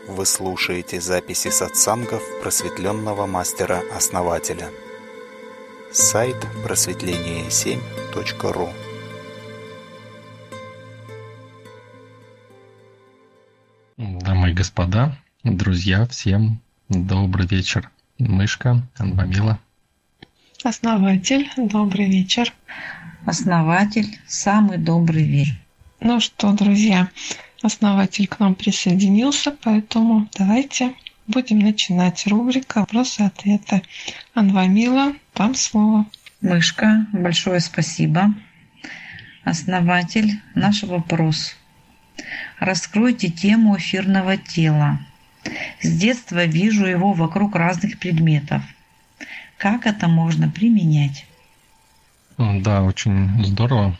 Вы слушаете записи сатсангов просветленного мастера-основателя. Сайт просветление7.ру. Дамы и господа, друзья, всем добрый вечер. Мышка, Анвамила. Основатель, добрый вечер. Основатель, самый добрый вечер. Ну что, друзья, основатель к нам присоединился, поэтому давайте будем начинать. Рубрика «Вопросы-ответы». Анвамила, вам слово. Мышка, большое спасибо. Основатель, наш вопрос. Раскройте тему эфирного тела. С детства вижу его вокруг разных предметов. Как это можно применять? Да, очень здорово.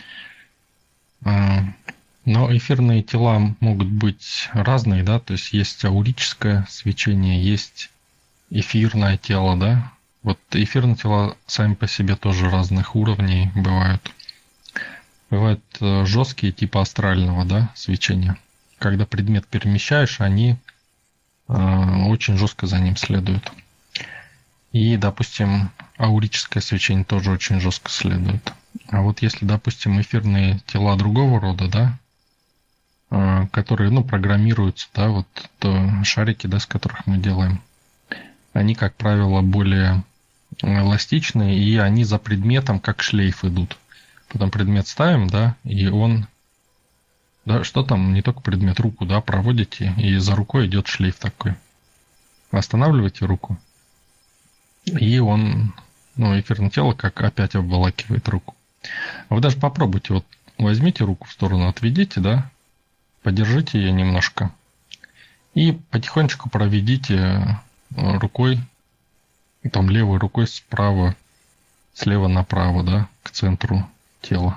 Но эфирные тела могут быть разные, да, то есть есть аурическое свечение, есть эфирное тело, да. Вот эфирные тела сами по себе тоже разных уровней бывают. Бывают жесткие типа астрального, да, свечения. Когда предмет перемещаешь, они очень жестко за ним следуют. И, допустим, аурическое свечение тоже очень жестко следует. А вот если, допустим, эфирные тела другого рода, да, которые, программируются, да, вот шарики, да, с которых мы делаем, они, как правило, более эластичные, и они за предметом как шлейф идут. Потом предмет ставим, да, и он, да, что там, не только предмет, руку, да, проводите, и за рукой идет шлейф такой. Останавливаете руку, и он, эфирное тело как опять обволакивает руку. Вы даже попробуйте, вот возьмите руку в сторону, отведите, да, подержите ее немножко и потихонечку проведите рукой, там левой рукой слева направо, да, к центру тела.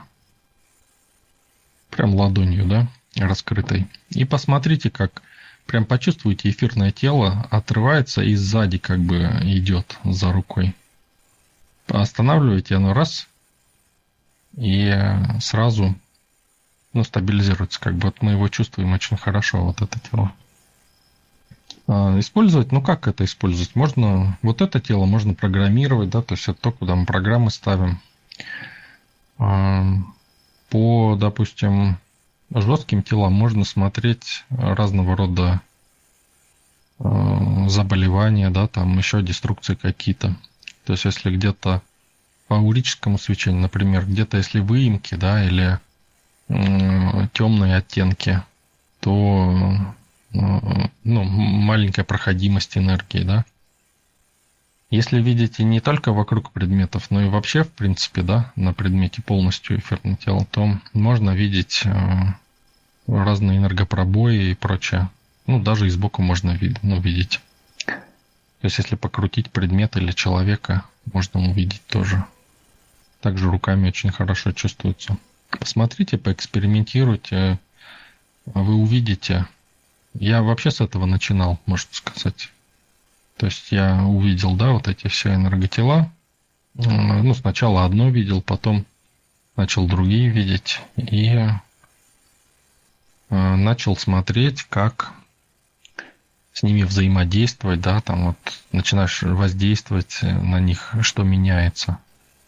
Прям ладонью, да, раскрытой. И посмотрите, как прям почувствуйте, эфирное тело отрывается и сзади как бы идет за рукой. Останавливаете оно раз и сразу стабилизируется. Как бы вот мы его чувствуем очень хорошо, вот это тело. Использовать, как это использовать? Можно, вот это тело можно программировать, да, то есть это то, куда мы программы ставим. По, допустим, жестким телам можно смотреть разного рода заболевания, да, там еще деструкции какие-то. То есть если где-то по аурическому свечению, например, где-то если выемки, да, или темные оттенки, то маленькая проходимость энергии, да. Если видите не только вокруг предметов, но и вообще, в принципе, да, на предмете полностью эфирное тело, то можно видеть разные энергопробои и прочее. Даже и сбоку можно видеть. То есть если покрутить предмет или человека, можно увидеть тоже. Также руками очень хорошо чувствуется. Посмотрите, поэкспериментируйте, вы увидите. Я вообще с этого начинал, можно сказать. То есть я увидел, да, вот эти все энерготела. Сначала одно видел, потом начал другие видеть. И начал смотреть, как с ними взаимодействовать, да, там вот начинаешь воздействовать на них, что меняется.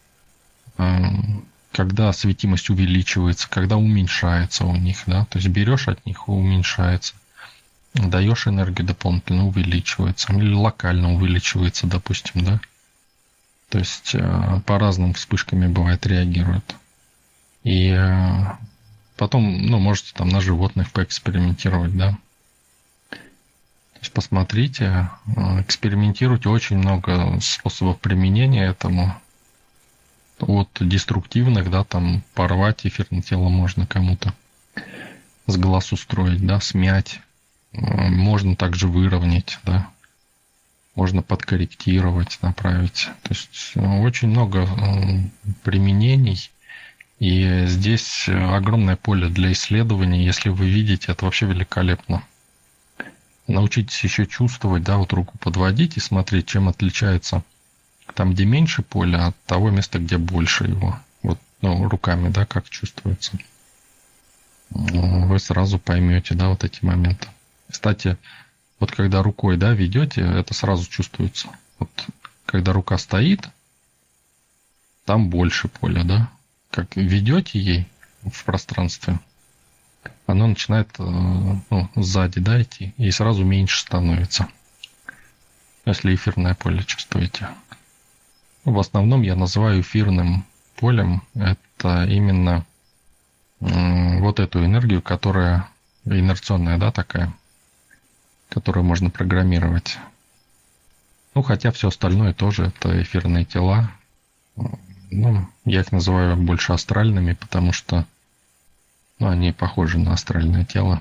Когда светимость увеличивается, когда уменьшается у них, да, то есть берешь от них, уменьшается, даешь энергию дополнительно, увеличивается, или локально увеличивается, допустим, да, то есть по разным вспышками бывает реагирует. И потом, можете там на животных поэкспериментировать, да. То есть посмотрите, экспериментируйте, очень много способов применения этому. От деструктивных, да, там порвать эфирное тело можно кому-то, с глаз устроить, да, смять. Можно также выровнять, да. Можно подкорректировать, направить. То есть очень много применений. И здесь огромное поле для исследований. Если вы видите, это вообще великолепно. Научитесь еще чувствовать, да, вот руку подводить и смотреть, чем отличается там, где меньше поля, от того места, где больше его. Вот, руками, да, как чувствуется. Вы сразу поймете, да, вот эти моменты. Кстати, Вот когда рукой, да, ведете, это сразу чувствуется. Вот когда рука стоит, там больше поля, да. Как ведете ей в пространстве, оно начинает сзади, да, идти, и сразу меньше становится. Если эфирное поле чувствуете. В основном я называю эфирным полем это именно вот эту энергию, которая инерционная, да, такая, которую можно программировать. Ну, хотя все остальное тоже это эфирные тела. Ну, я их называю больше астральными, потому что они похожи на астральное тело.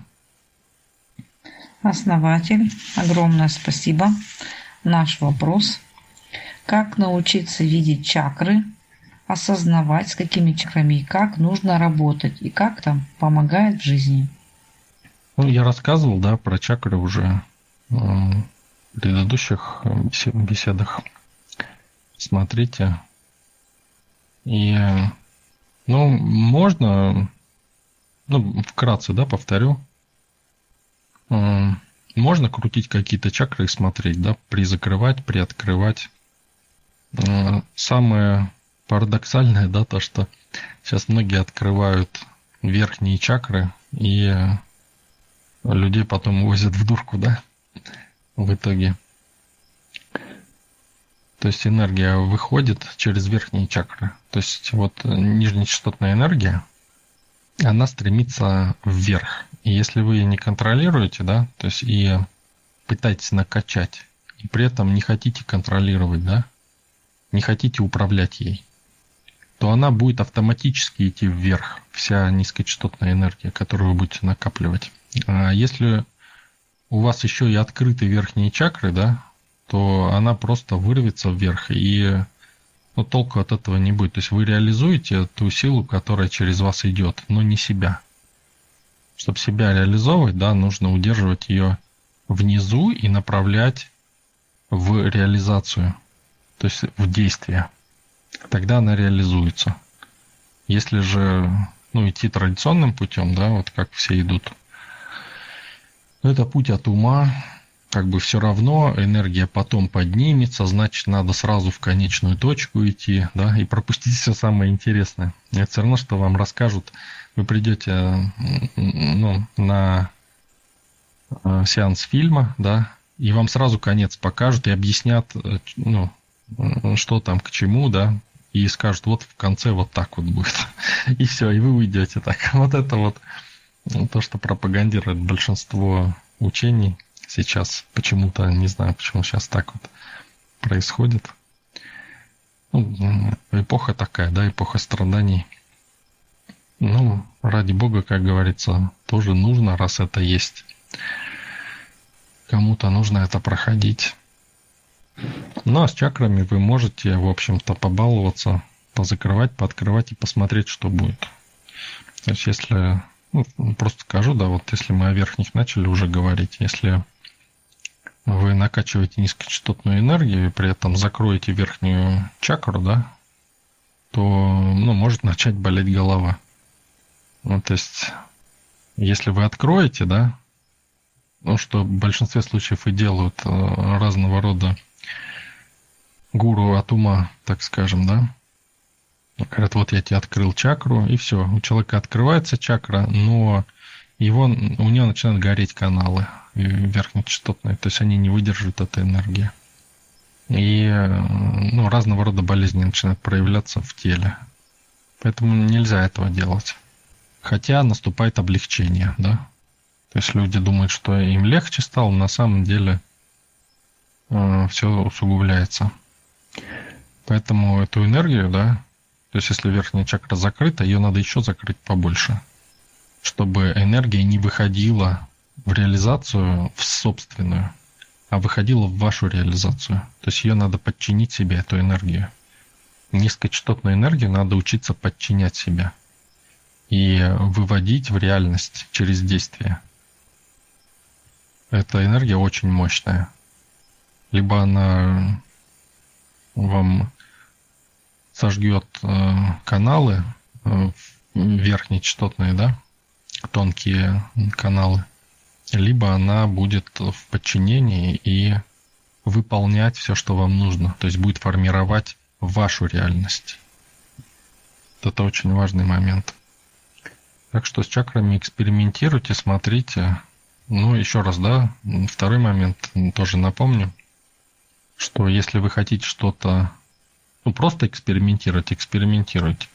Основатель, огромное спасибо. Наш вопрос. Как научиться видеть чакры, осознавать, с какими чакрами и как нужно работать, и как там помогает в жизни? Ну, я рассказывал, да, про чакры уже в предыдущих беседах. Смотрите. И, можно, вкратце, да, повторю. Можно крутить какие-то чакры и смотреть, да, призакрывать, приоткрывать. Самое парадоксальное, да, то, что сейчас многие открывают верхние чакры, и людей потом увозят в дурку, да, в итоге. То есть энергия выходит через верхние чакры. То есть вот нижнечастотная энергия, она стремится вверх. И если вы ее не контролируете, да, то есть и пытаетесь накачать, и при этом не хотите контролировать, да, не хотите управлять ей, то она будет автоматически идти вверх, вся низкочастотная энергия, которую вы будете накапливать. А если у вас еще и открыты верхние чакры, да, то она просто вырвется вверх, и толку от этого не будет. То есть вы реализуете ту силу, которая через вас идет, но не себя. Чтобы себя реализовывать, да, нужно удерживать ее внизу и направлять в реализацию, то есть в действие. Тогда она реализуется. Если же идти традиционным путем, да, вот как все идут, это путь от ума, как бы все равно энергия потом поднимется, значит, надо сразу в конечную точку идти, да, и пропустить все самое интересное. Это все равно, что вам расскажут, вы придете на сеанс фильма, да, и вам сразу конец покажут и объяснят, что там к чему, да, и скажут, вот в конце вот так вот будет. И все, и вы уйдете так. Вот это вот то, что пропагандирует большинство учений сейчас. Почему-то, не знаю, почему сейчас так вот происходит. Эпоха такая, да, эпоха страданий. Ради Бога, как говорится, тоже нужно, раз это есть. Кому-то нужно это проходить. А с чакрами вы можете, в общем-то, побаловаться, позакрывать, пооткрывать и посмотреть, что будет. То есть, если... просто скажу, да, вот если мы о верхних начали уже говорить, если вы накачиваете низкочастотную энергию и при этом закроете верхнюю чакру, да, то, может начать болеть голова. То есть, если вы откроете, да, что в большинстве случаев и делают разного рода гуру от ума, так скажем, да. Говорят, вот я тебе открыл чакру, и все. У человека открывается чакра, но у него начинают гореть каналы верхнечастотные, то есть они не выдерживают этой энергии. И разного рода болезни начинают проявляться в теле. Поэтому нельзя этого делать. Хотя наступает облегчение, да. То есть люди думают, что им легче стало, на самом деле все усугубляется. Поэтому эту энергию, да, то есть если верхняя чакра закрыта, ее надо еще закрыть побольше, чтобы энергия не выходила в реализацию, в собственную, а выходила в вашу реализацию. То есть ее надо подчинить себе, эту энергию. Низкочастотную энергию надо учиться подчинять себе и выводить в реальность через действие. Эта энергия очень мощная. Либо она вам сожгет каналы верхнечастотные, да, тонкие каналы, либо она будет в подчинении и выполнять все, что вам нужно. То есть будет формировать вашу реальность. Это очень важный момент. Так что с чакрами экспериментируйте, смотрите. Ну, еще раз, да, второй момент тоже напомню, что если вы хотите что-то, ну, просто экспериментировать, экспериментируйте.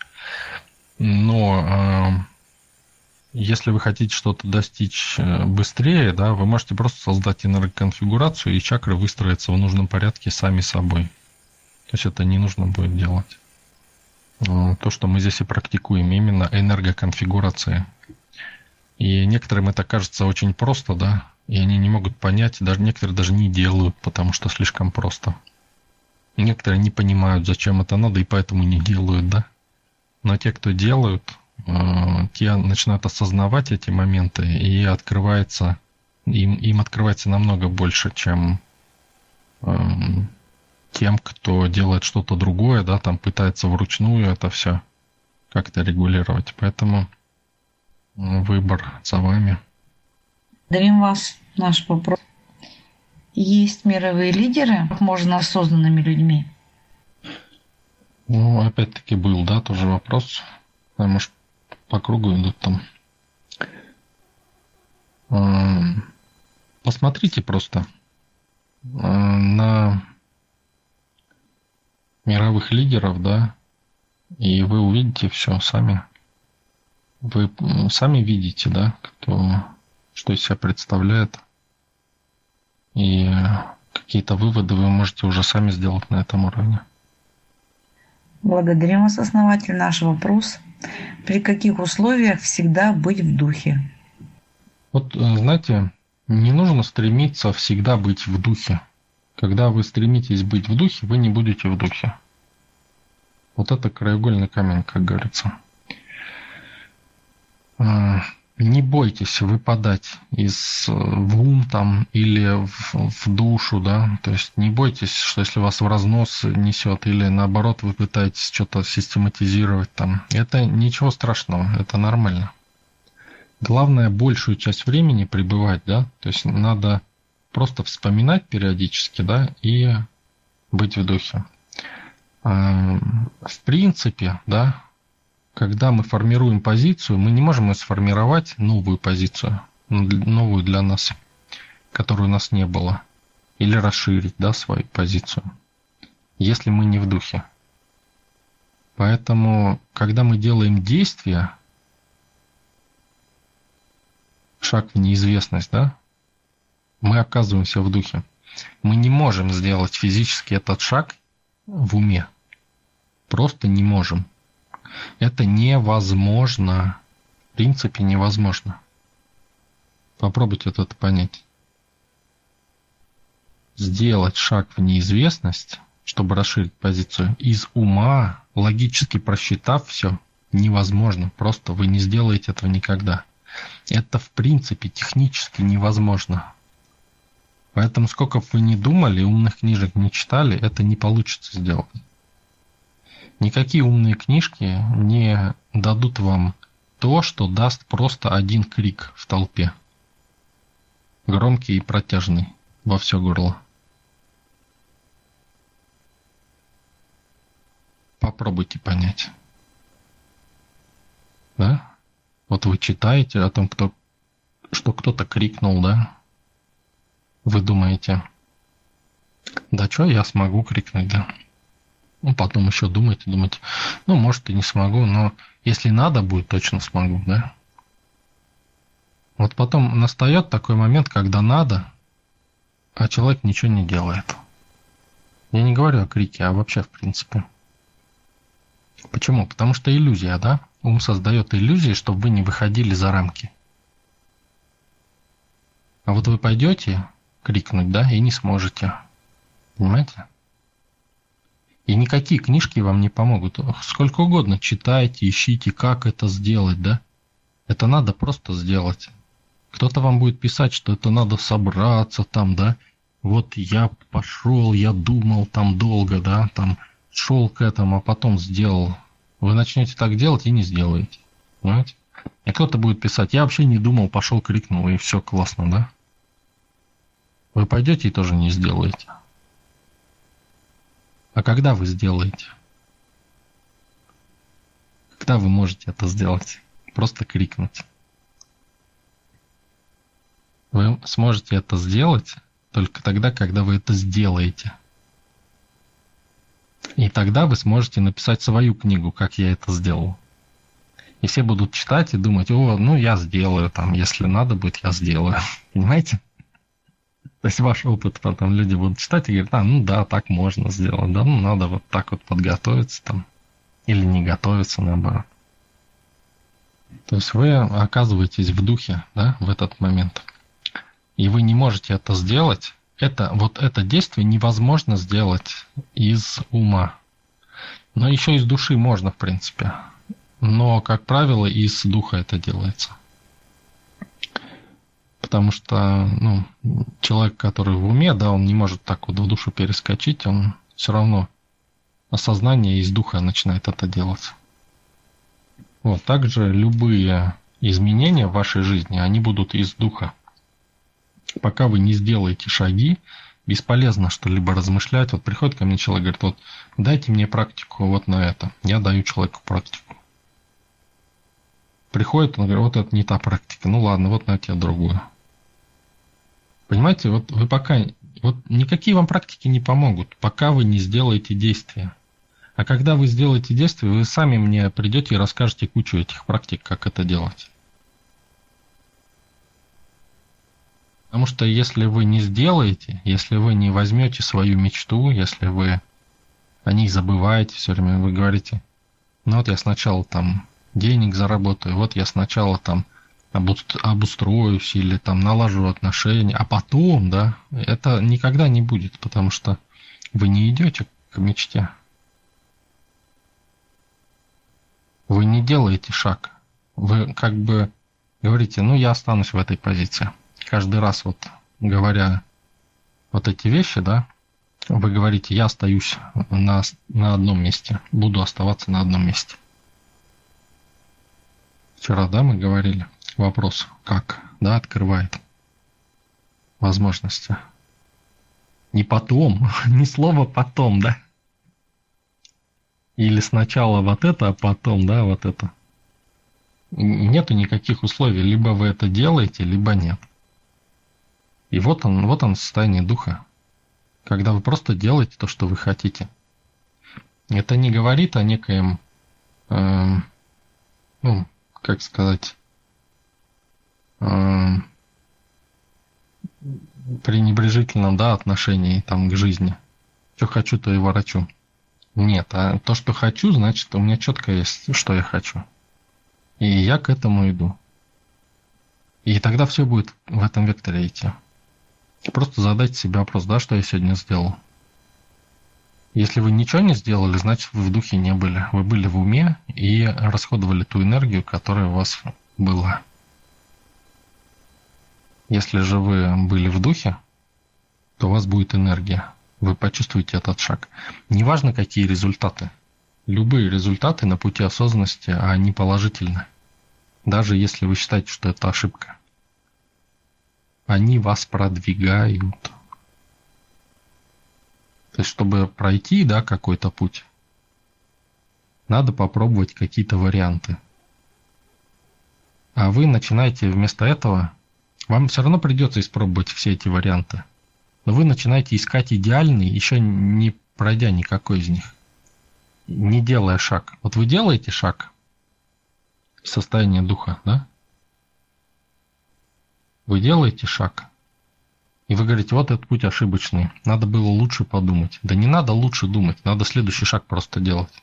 Но если вы хотите что-то достичь быстрее, да, вы можете просто создать энергоконфигурацию, и чакры выстроятся в нужном порядке сами собой. То есть это не нужно будет делать. То, что мы здесь и практикуем, именно энергоконфигурация. И некоторым это кажется очень просто, да, и они не могут понять, даже некоторые даже не делают, потому что слишком просто. Некоторые не понимают, зачем это надо, и поэтому не делают, да. Но те, кто делают, те начинают осознавать эти моменты, и открывается, им открывается намного больше, чем тем, кто делает что-то другое, да, там пытается вручную это все как-то регулировать. Поэтому выбор за вами. Благодарим вас. Наш вопрос. Есть мировые лидеры, как можно осознанными людьми? Ну, опять-таки был, да, тоже вопрос. Может, по кругу идут там. Посмотрите просто на мировых лидеров, да, и вы увидите все сами. Вы сами видите, да, что из себя представляет. И какие-то выводы вы можете уже сами сделать на этом уровне. Благодарим вас, основатель. Наш вопрос. При каких условиях всегда быть в духе? Вот, знаете, не нужно стремиться всегда быть в духе. Когда вы стремитесь быть в духе, вы не будете в духе. Вот это краеугольный камень, как говорится. Не бойтесь выпадать в ум там или в душу, да. То есть не бойтесь, что если вас в разнос несет, или наоборот вы пытаетесь что-то систематизировать там. Это ничего страшного, это нормально. Главное, большую часть времени пребывать, да. То есть надо просто вспоминать периодически, да, и быть в духе. В принципе, да, когда мы формируем позицию, мы не можем сформировать новую позицию, новую для нас, которую у нас не было, или расширить, да, свою позицию, если мы не в духе. Поэтому, когда мы делаем действия, шаг в неизвестность, да, мы оказываемся в духе. Мы не можем сделать физически этот шаг в уме. Просто не можем. Это невозможно. В принципе, невозможно. Попробуйте это понять. Сделать шаг в неизвестность, чтобы расширить позицию, из ума, логически просчитав все, невозможно. Просто вы не сделаете этого никогда. Это, в принципе, технически невозможно. Поэтому, сколько бы вы ни думали, умных книжек не читали, это не получится сделать. Никакие умные книжки не дадут вам то, что даст просто один крик в толпе. Громкий и протяжный во все горло. Попробуйте понять. Да? Вот вы читаете о том, что кто-то крикнул, да? Вы думаете, да что, я смогу крикнуть, да? Ну, потом еще думаете, ну, может, и не смогу, но если надо будет, точно смогу, да? Вот потом настает такой момент, когда надо, а человек ничего не делает. Я не говорю о крике, а вообще в принципе. Почему? Потому что иллюзия, да? Ум создает иллюзии, чтобы вы не выходили за рамки. А вот вы пойдете крикнуть, да, и не сможете. Понимаете? И никакие книжки вам не помогут. Сколько угодно читайте, ищите, как это сделать, да? Это надо просто сделать. Кто-то вам будет писать, что это надо собраться там, да? Вот я пошел, я думал там долго, да? Там шел к этому, а потом сделал. Вы начнете так делать и не сделаете. Понимаете? И кто-то будет писать, я вообще не думал, пошел, крикнул, и все классно, да? Вы пойдете и тоже не сделаете. А когда вы сделаете? Когда вы можете это сделать? Просто крикнуть. Вы сможете это сделать только тогда, когда вы это сделаете. И тогда вы сможете написать свою книгу, как я это сделал. И все будут читать и думать, я сделаю, там, если надо будет, я сделаю. Понимаете? То есть ваш опыт потом люди будут читать и говорят, так можно сделать, надо вот так вот подготовиться там. Или не готовиться, наоборот. То есть вы оказываетесь в духе, да, в этот момент. И вы не можете это сделать. Это действие невозможно сделать из ума. Но еще из души можно, в принципе. Но, как правило, из духа это делается. Потому что, человек, который в уме, да, он не может так вот в душу перескочить, он все равно осознание из духа начинает это делать. Вот, также любые изменения в вашей жизни, они будут из духа. Пока вы не сделаете шаги, бесполезно что-либо размышлять. Вот приходит ко мне человек, говорит, дайте мне практику вот на это. Я даю человеку практику. Приходит, он говорит, это не та практика. Ладно, вот на тебе другую. Понимаете, вы пока... никакие вам практики не помогут, пока вы не сделаете действия. А когда вы сделаете действия, вы сами мне придете и расскажете кучу этих практик, как это делать. Потому что если вы не сделаете, если вы не возьмете свою мечту, если вы о ней забываете все время, вы говорите, я сначала там денег заработаю, я сначала там обустроюсь или там налажу отношения, а потом, да, это никогда не будет, потому что вы не идете к мечте. Вы не делаете шаг. Вы как бы говорите, я останусь в этой позиции. Каждый раз говоря эти вещи, да, вы говорите, я остаюсь на одном месте, буду оставаться на одном месте. Вчера, да, мы говорили, вопрос, как, да, открывает возможности. Не потом, ни слова потом, да. Или сначала это, а потом, да, это. Нету никаких условий, либо вы это делаете, либо нет. И вот он состояние духа, когда вы просто делаете то, что вы хотите. Это не говорит о некоем, пренебрежительном, да, отношении там к жизни. Что хочу, то и ворочу. Нет, а то, что хочу, значит, у меня четко есть, что я хочу. И я к этому иду. И тогда все будет в этом векторе идти. Просто задайте себе вопрос, да, что я сегодня сделал. Если вы ничего не сделали, значит, вы в духе не были. Вы были в уме и расходовали ту энергию, которая у вас была. Если же вы были в духе, то у вас будет энергия. Вы почувствуете этот шаг. Неважно, какие результаты. Любые результаты на пути осознанности, они положительны. Даже если вы считаете, что это ошибка. Они вас продвигают. То есть, чтобы пройти, да, какой-то путь, надо попробовать какие-то варианты. А вы начинаете вместо этого, вам все равно придется испробовать все эти варианты. Но вы начинаете искать идеальный, еще не пройдя никакой из них. Не делая шаг. Вот вы делаете шаг в состоянии духа, да? Вы делаете шаг. И вы говорите, вот этот путь ошибочный. Надо было лучше подумать. Да не надо лучше думать. Надо следующий шаг просто делать.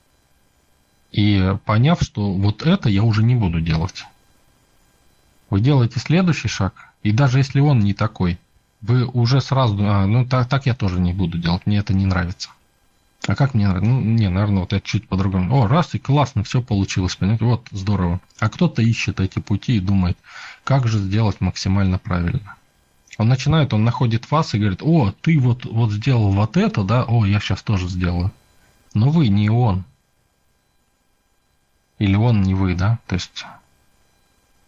И поняв, что вот это я уже не буду делать. Вы делаете следующий шаг. И даже если он не такой, вы уже сразу, так я тоже не буду делать, мне это не нравится. А как мне нравится? Наверное, вот это чуть по-другому. Раз, и классно, все получилось, понимаете, вот здорово. А кто-то ищет эти пути и думает, как же сделать максимально правильно. Он находит вас и говорит, ты вот сделал вот это, да, я сейчас тоже сделаю. Но вы не он. Или он не вы, да, то есть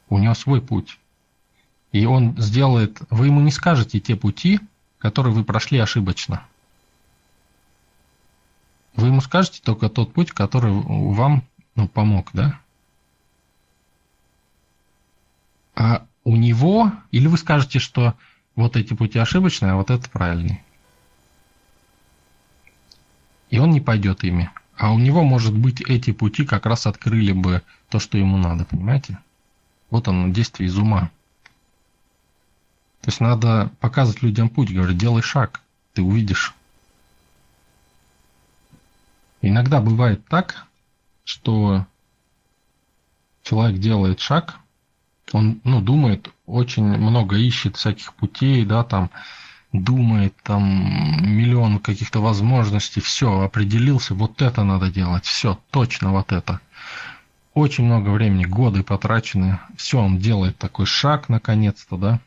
У него свой путь. И он сделает... Вы ему не скажете те пути, которые вы прошли ошибочно. Вы ему скажете только тот путь, который вам помог, да? А у него... Или вы скажете, что вот эти пути ошибочные, а вот этот правильный. И он не пойдет ими. А у него, может быть, эти пути как раз открыли бы то, что ему надо, понимаете? Вот оно, действие из ума. То есть надо показывать людям путь, говорить, делай шаг, ты увидишь. Иногда бывает так, что человек делает шаг, он, думает, очень много ищет всяких путей, да, там, думает, там, миллион каких-то возможностей, все, определился, вот это надо делать, все, точно вот это. Очень много времени, годы потрачены, все, он делает такой шаг, наконец-то, да,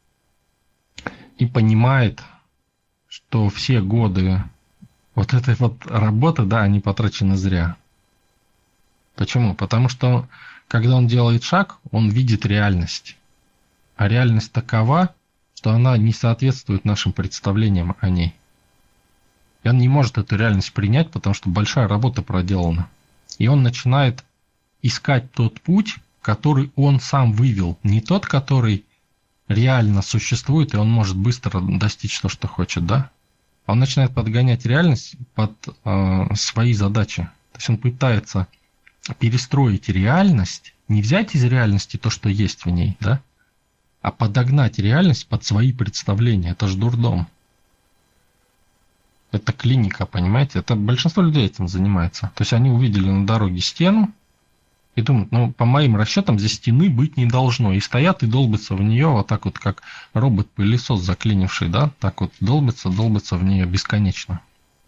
и понимает, что все годы вот этой вот работы, да, они потрачены зря. Почему? Потому что, когда он делает шаг, он видит реальность. А реальность такова, что она не соответствует нашим представлениям о ней. И он не может эту реальность принять, потому что большая работа проделана. И он начинает искать тот путь, который он сам вывел. Не тот, который реально существует, и он может быстро достичь то, что хочет, да? Он начинает подгонять реальность под свои задачи. То есть он пытается перестроить реальность, не взять из реальности то, что есть в ней, да, а подогнать реальность под свои представления. Это же дурдом. Это клиника, понимаете? Это большинство людей этим занимается. То есть они увидели на дороге стену и думают, по моим расчетам здесь стены быть не должно. И стоят и долбятся в нее вот так вот, как робот-пылесос заклинивший, да, так вот долбятся в нее бесконечно.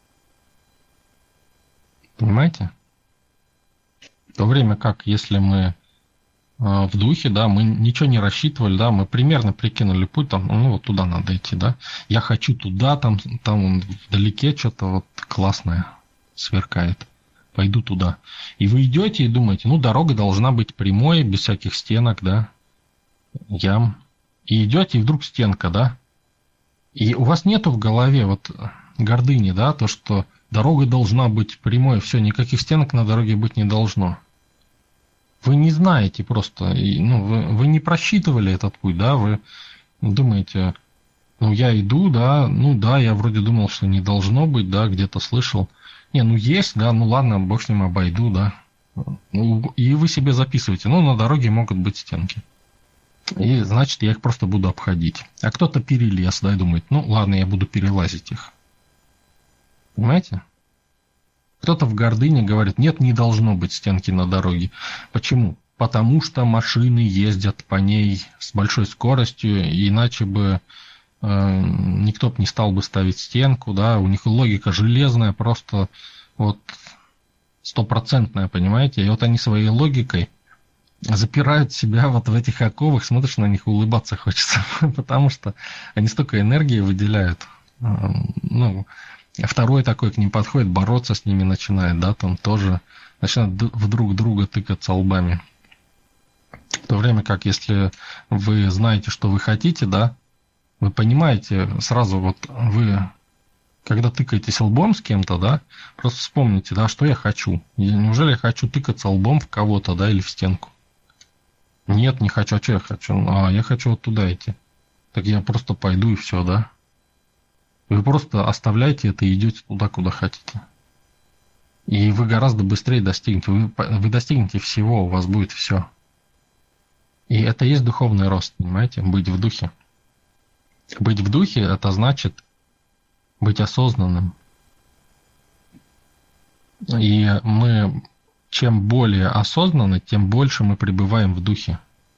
Понимаете? В то время как, если мы в духе, да, мы ничего не рассчитывали, да, мы примерно прикинули путь, там, вот туда надо идти, да. Я хочу туда, там вдалеке что-то вот классное сверкает. Пойду туда. И вы идете и думаете, дорога должна быть прямой, без всяких стенок, да, ям. И идете, и вдруг стенка, да. И у вас нету в голове вот гордыни, да, то, что дорога должна быть прямой, все, никаких стенок на дороге быть не должно. Вы не знаете просто, вы не просчитывали этот путь, да, вы думаете, я иду, да, я вроде думал, что не должно быть, да, где-то слышал. Есть, да, ладно, бог с ним, обойду, да. И вы себе записываете, на дороге могут быть стенки. И, значит, я их просто буду обходить. А кто-то перелез, да, и думает, ладно, я буду перелазить их. Понимаете? Кто-то в гордыне говорит, нет, не должно быть стенки на дороге. Почему? Потому что машины ездят по ней с большой скоростью, и иначе бы никто бы не стал бы ставить стенку, да, у них логика железная, просто вот 100%, понимаете, и вот они своей логикой запирают себя вот в этих оковах, смотришь на них, улыбаться хочется, потому что они столько энергии выделяют, второй такой к ним подходит, бороться с ними начинает, да, там тоже начинают в друг друга тыкаться лбами. В то время как, если вы знаете, что вы хотите, да, вы понимаете, сразу вот вы, когда тыкаетесь лбом с кем-то, да, просто вспомните, да, что я хочу. Неужели я хочу тыкаться лбом в кого-то, да, или в стенку? Нет, не хочу. А что я хочу? Я хочу вот туда идти. Так я просто пойду и все, да. Вы просто оставляете это и идете туда, куда хотите. И вы гораздо быстрее достигнете. Вы достигнете всего, у вас будет все. И это есть духовный рост, понимаете? Быть в духе. Быть в духе – это значит быть осознанным. И мы, чем более осознанны, тем больше мы пребываем в духе.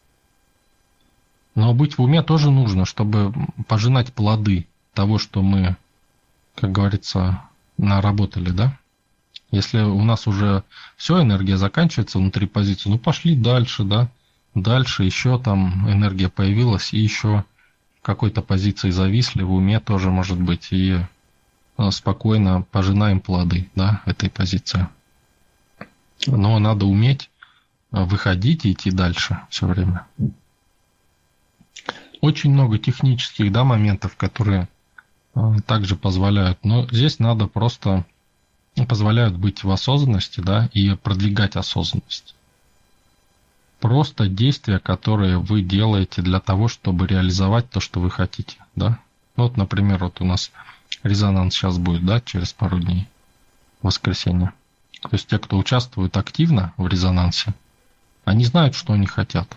Но быть в уме тоже нужно, чтобы пожинать плоды того, что мы, как говорится, наработали, да? Если у нас уже все, энергия заканчивается внутри позиции, пошли дальше, да? Дальше еще там энергия появилась, и еще в какой-то позиции зависли, в уме тоже может быть, и спокойно пожинаем плоды, да, этой позиции. Но надо уметь выходить и идти дальше все время. Очень много технических, да, моментов, которые также позволяют. Но здесь надо просто позволяют быть в осознанности, да, и продвигать осознанность. Просто действия, которые вы делаете для того, чтобы реализовать то, что вы хотите, да. Ну, вот, например, вот у нас резонанс сейчас будет, да, через пару дней, в воскресенье. То есть те, кто участвует активно в резонансе, они знают, что они хотят.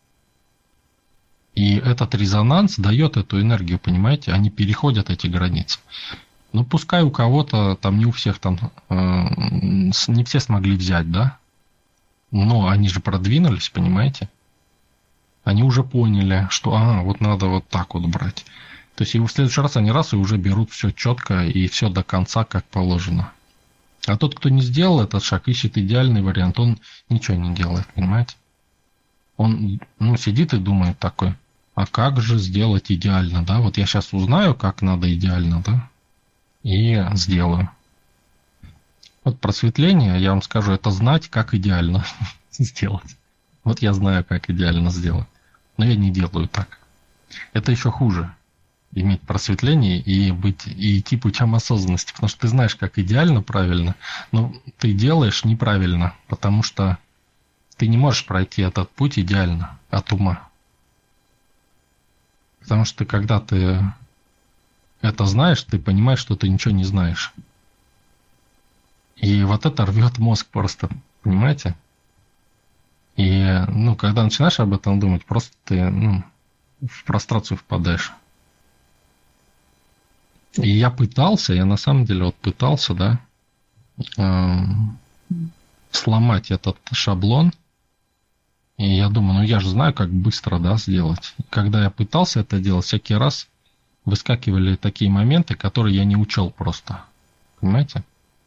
И этот резонанс дает эту энергию, понимаете? Они переходят эти границы. Ну, пускай у кого-то, там не у всех, там не все смогли взять, да? Но они же продвинулись, понимаете? Они уже поняли, что, вот надо вот так вот брать. То есть и в следующий раз они и уже берут все четко и все до конца, как положено. А тот, кто не сделал этот шаг, ищет идеальный вариант, он ничего не делает, понимаете? Он, сидит и думает такой, а как же сделать идеально, да? Вот я сейчас узнаю, как надо идеально, да? И сделаю. Вот просветление, я вам скажу, это знать, как идеально сделать. Вот я знаю, как идеально сделать. Но я не делаю так. Это еще хуже. Иметь просветление и идти путем осознанности. Потому что ты знаешь, как идеально, правильно, но ты делаешь неправильно, потому что ты не можешь пройти этот путь идеально от ума. Потому что когда ты это знаешь, ты понимаешь, что ты ничего не знаешь. И вот это рвет мозг просто, понимаете? И, когда начинаешь об этом думать, просто ты, в прострацию впадаешь. И я на самом деле пытался, да, сломать этот шаблон. И я думаю, я же знаю, как быстро, да, сделать. И когда я пытался это делать, всякий раз выскакивали такие моменты, которые я не учел просто. Понимаете?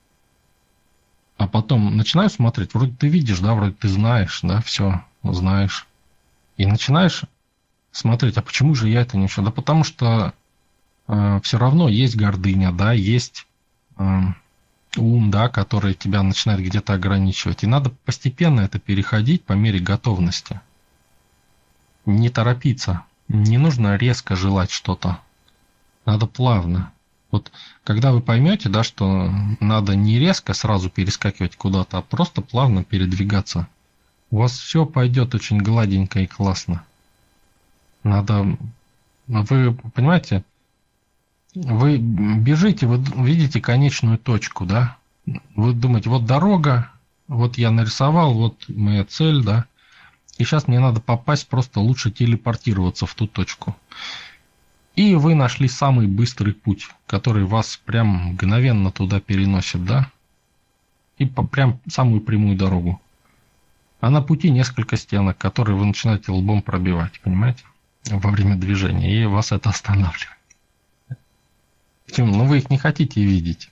А потом начинаю смотреть, вроде ты видишь, да, вроде ты знаешь, да, все знаешь. И начинаешь смотреть, а почему же я это не учел? Да потому что все равно есть гордыня, да, есть ум, да, который тебя начинает где-то ограничивать. И надо постепенно это переходить по мере готовности. Не торопиться. Не нужно резко желать что-то. Надо плавно. Вот когда вы поймете, да, что надо не резко сразу перескакивать куда-то, а просто плавно передвигаться, у вас все пойдет очень гладенько и классно. Надо... Вы понимаете, вы бежите, вы видите конечную точку, да? Вы думаете, вот дорога, вот я нарисовал, вот моя цель, да? И сейчас мне надо попасть, просто лучше телепортироваться в ту точку. И вы нашли самый быстрый путь, который вас прям мгновенно туда переносит, да? И прям самую прямую дорогу. А на пути несколько стенок, которые вы начинаете лбом пробивать, понимаете? Во время движения. И вас это останавливает. Почему? Вы их не хотите видеть.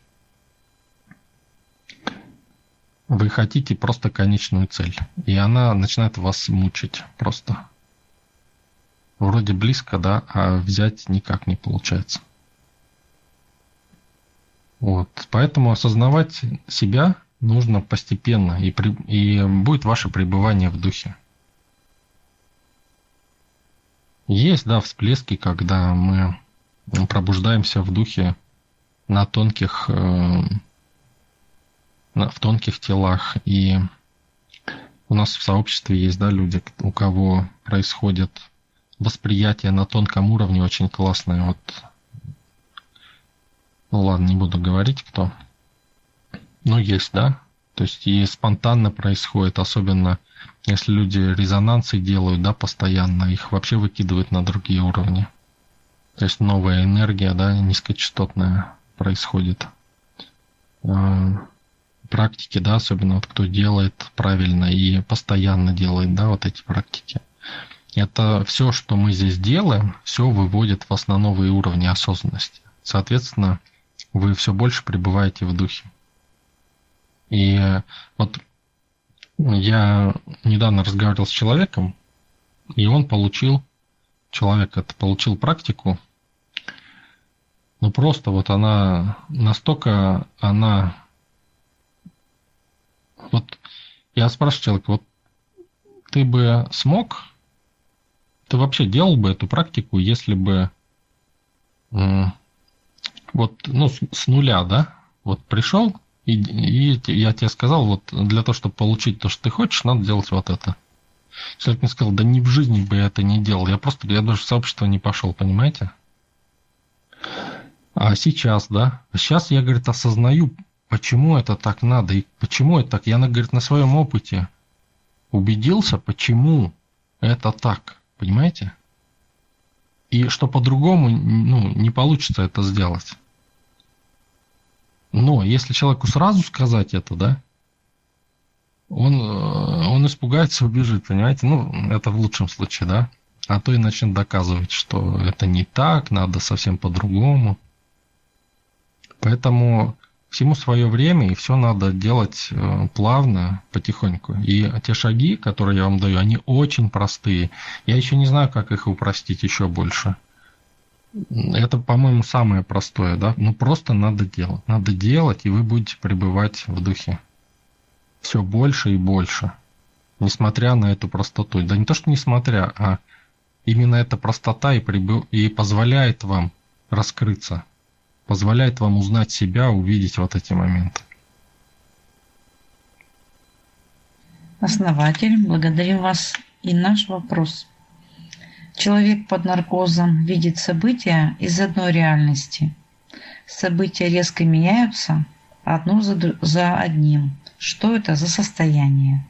Вы хотите просто конечную цель. И она начинает вас мучить просто. Вроде близко, да, а взять никак не получается. Вот. Поэтому осознавать себя нужно постепенно, и будет ваше пребывание в духе. Есть, да, всплески, когда мы пробуждаемся в духе в тонких телах. И у нас в сообществе есть, да, люди, у кого происходит восприятие на тонком уровне очень классное. Вот. Ладно, не буду говорить, кто. Но есть, да. То есть и спонтанно происходит, особенно если люди резонансы делают, да, постоянно, их вообще выкидывают на другие уровни. То есть новая энергия, да, низкочастотная происходит. Практики, да, особенно вот кто делает правильно и постоянно делает, да, вот эти практики. Это все, что мы здесь делаем, все выводит вас на новые уровни осознанности. Соответственно, вы все больше пребываете в духе. И вот я недавно разговаривал с человеком, и он получил практику. Ну просто вот она настолько, вот я спрашиваю человека, вот ты бы смог, ты вообще делал бы эту практику, если бы вот, ну, с нуля, да, вот пришел, и я тебе сказал, вот для того, чтобы получить то, что ты хочешь, надо делать вот это. Человек мне сказал, да ни в жизни бы я это не делал, я даже в сообщество не пошел, понимаете? А сейчас, да, сейчас я, говорит, осознаю, почему это так надо, и почему это так. Я, говорит, на своем опыте убедился, почему это так, понимаете? И что по-другому, ну, не получится это сделать. Но если человеку сразу сказать это, да, он испугается, убежит, понимаете? Ну, это в лучшем случае, да. А то и начнет доказывать, что это не так, надо совсем по-другому. Поэтому всему свое время, и все надо делать плавно, потихоньку. И те шаги, которые я вам даю, они очень простые. Я еще не знаю, как их упростить еще больше. Это, по-моему, самое простое, да? Ну, просто надо делать. Надо делать, и вы будете пребывать в духе. Все больше и больше. Несмотря на эту простоту. Да не то, что несмотря, а именно эта простота и позволяет вам раскрыться. Позволяет вам узнать себя, увидеть вот эти моменты. Основатель, благодарим вас. И наш вопрос. Человек под наркозом видит события из одной реальности. События резко меняются одно за одним. Что это за состояние?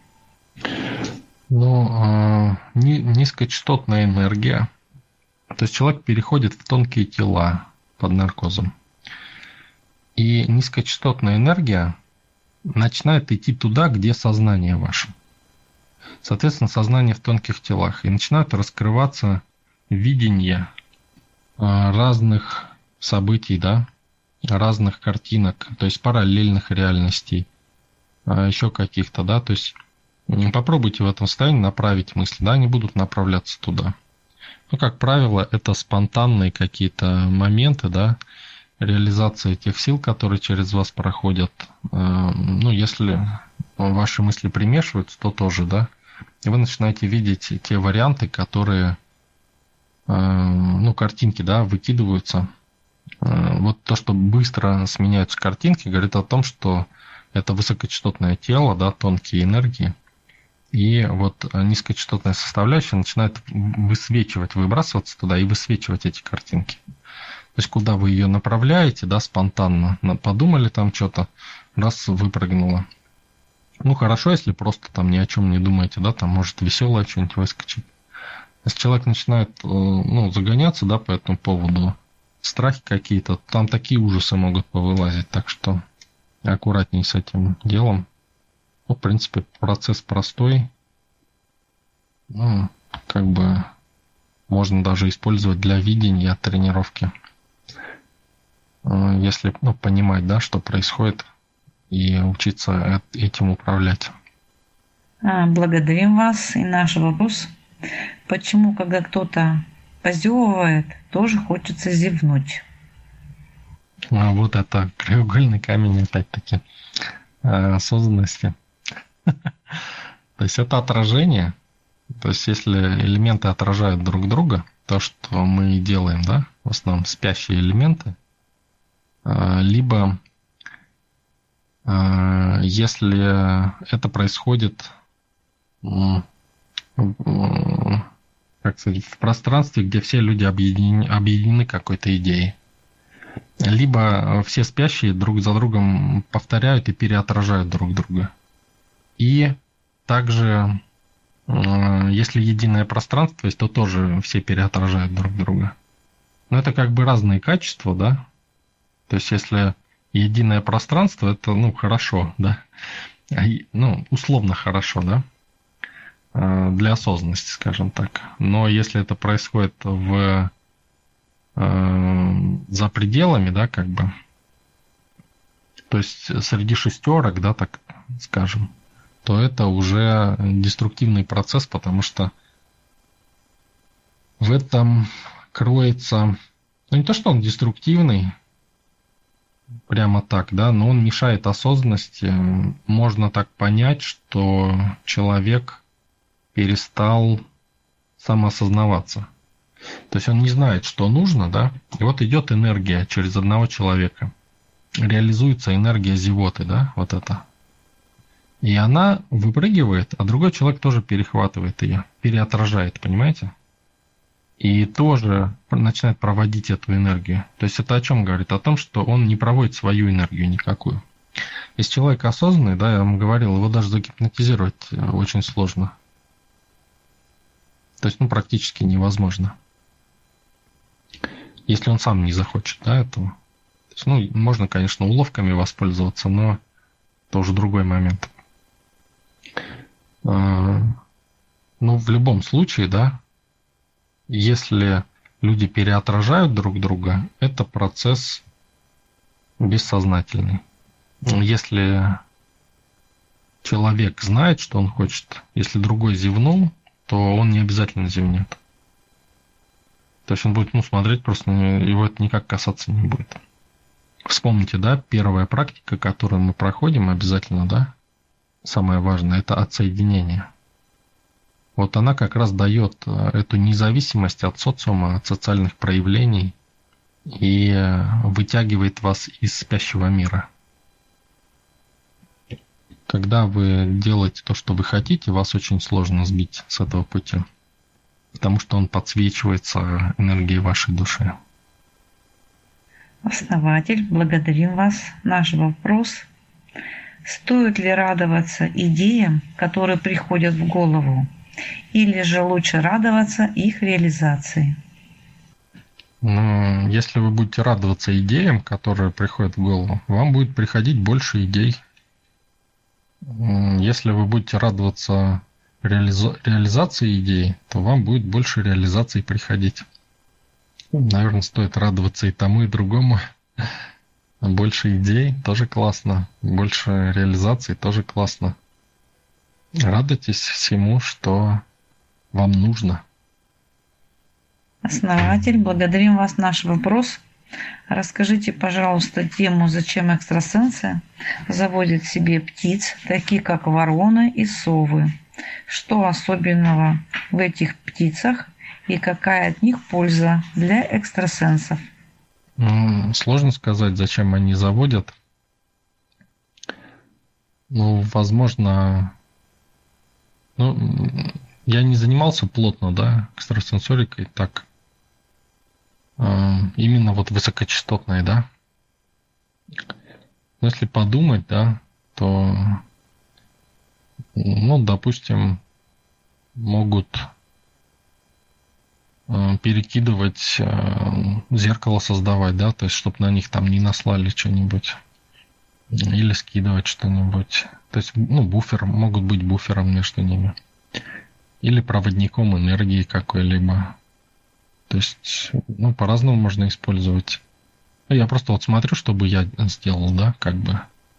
Ну, низкочастотная энергия. То есть человек переходит в тонкие тела под наркозом. И низкочастотная энергия начинает идти туда, где сознание ваше. Соответственно, сознание в тонких телах. И начинают раскрываться видения разных событий, да, разных картинок, то есть параллельных реальностей, еще каких-то, да. То есть попробуйте в этом состоянии направить мысли, да, они будут направляться туда. Ну, как правило, это спонтанные какие-то моменты, да, реализации этих сил, которые через вас проходят. Ну, если ваши мысли примешиваются, то тоже, да. И вы начинаете видеть те варианты, которые, ну, картинки, да, выкидываются. Вот то, что быстро сменяются картинки, говорит о том, что это высокочастотное тело, да, тонкие энергии. И вот низкочастотная составляющая начинает высвечивать, выбрасываться туда и высвечивать эти картинки. То есть, куда вы ее направляете, да, спонтанно, подумали там что-то, раз выпрыгнуло. Ну, хорошо, если просто там ни о чем не думаете, да, там может веселое что-нибудь выскочить. Если человек начинает, ну, загоняться, да, по этому поводу, страхи какие-то, там такие ужасы могут повылазить, так что аккуратней с этим делом. Ну, в принципе, процесс простой. Ну, как бы можно даже использовать для видения тренировки. Если, ну, понимать, да, что происходит, и учиться этим управлять. Благодарим вас. И наш вопрос. Почему, когда кто-то позевывает, тоже хочется зевнуть? Вот это краеугольный камень, опять-таки, осознанности. То есть это отражение. То есть если элементы отражают друг друга, то, что мы делаем, да, в основном спящие элементы, либо если это происходит, как сказать, в пространстве, где все люди объединены какой-то идеей. Либо все спящие друг за другом повторяют и переотражают друг друга. И также, если единое пространство есть, то тоже все переотражают друг друга. Но это как бы разные качества, да? То есть, если единое пространство, это, ну, хорошо, да? Ну, условно хорошо, да? Для осознанности, скажем так. Но если это происходит за пределами, да, как бы, то есть среди шестерок, да, так скажем, то это уже деструктивный процесс, потому что в этом кроется, ну, не то, что он деструктивный, прямо так, да, но он мешает осознанности. Можно так понять, что человек перестал самоосознаваться. То есть он не знает, что нужно, да? И вот идет энергия через одного человека. Реализуется энергия зевоты, да? Вот это. И она выпрыгивает, а другой человек тоже перехватывает ее, переотражает, понимаете? И тоже начинает проводить эту энергию. То есть это о чем говорит? О том, что он не проводит свою энергию никакую. Если человек осознанный, да, я вам говорил, его даже загипнотизировать очень сложно. То есть, практически невозможно. Если он сам не захочет, да, этого. То есть, можно, конечно, уловками воспользоваться, но это уже другой момент. В любом случае, да, если люди переотражают друг друга, это процесс бессознательный. Если человек знает, что он хочет, если другой зевнул, то он не обязательно зевнет. То есть он будет смотреть, просто его это никак касаться не будет. Вспомните, да, первая практика, которую мы проходим обязательно, да, самое важное, это отсоединение. Вот она как раз дает эту независимость от социума, от социальных проявлений и вытягивает вас из спящего мира. Когда вы делаете то, что вы хотите, вас очень сложно сбить с этого пути, потому что он подсвечивается энергией вашей души. Основатель, благодарим вас. Наш вопрос. Стоит ли радоваться идеям, которые приходят в голову, или же лучше радоваться их реализации? Если вы будете радоваться идеям, которые приходят в голову, вам будет приходить больше идей. Если вы будете радоваться реализации идей, то вам будет больше реализаций приходить. Наверное, стоит радоваться и тому, и другому. Больше идей тоже классно. Больше реализаций тоже классно. Радуйтесь всему, что вам нужно. Основатель, благодарим вас. Наш вопрос. Расскажите, пожалуйста, тему, зачем экстрасенсы заводят себе птиц, такие как вороны и совы. Что особенного в этих птицах и какая от них польза для экстрасенсов? Сложно сказать, зачем они заводят. Возможно, я не занимался плотно, да, экстрасенсорикой, так, именно высокочастотной, да. Но если подумать, да, то, допустим, могут перекидывать, зеркало создавать, да, то есть, чтобы на них там не наслали что-нибудь. Или скидывать что-нибудь. То есть, буфер, могут быть буфером между ними. Или проводником энергии какой-либо. То есть, по-разному можно использовать. Я просто смотрю, что бы я сделал, да, как бы.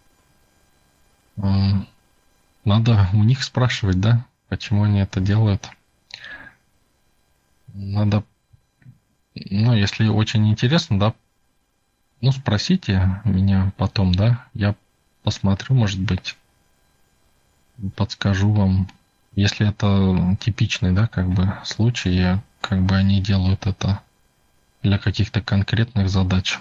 Надо у них спрашивать, да, почему они это делают. Надо, если очень интересно, да, спросите меня потом, да, я посмотрю, может быть, подскажу вам, если это типичный, да, как бы случай, как бы они делают это для каких-то конкретных задач.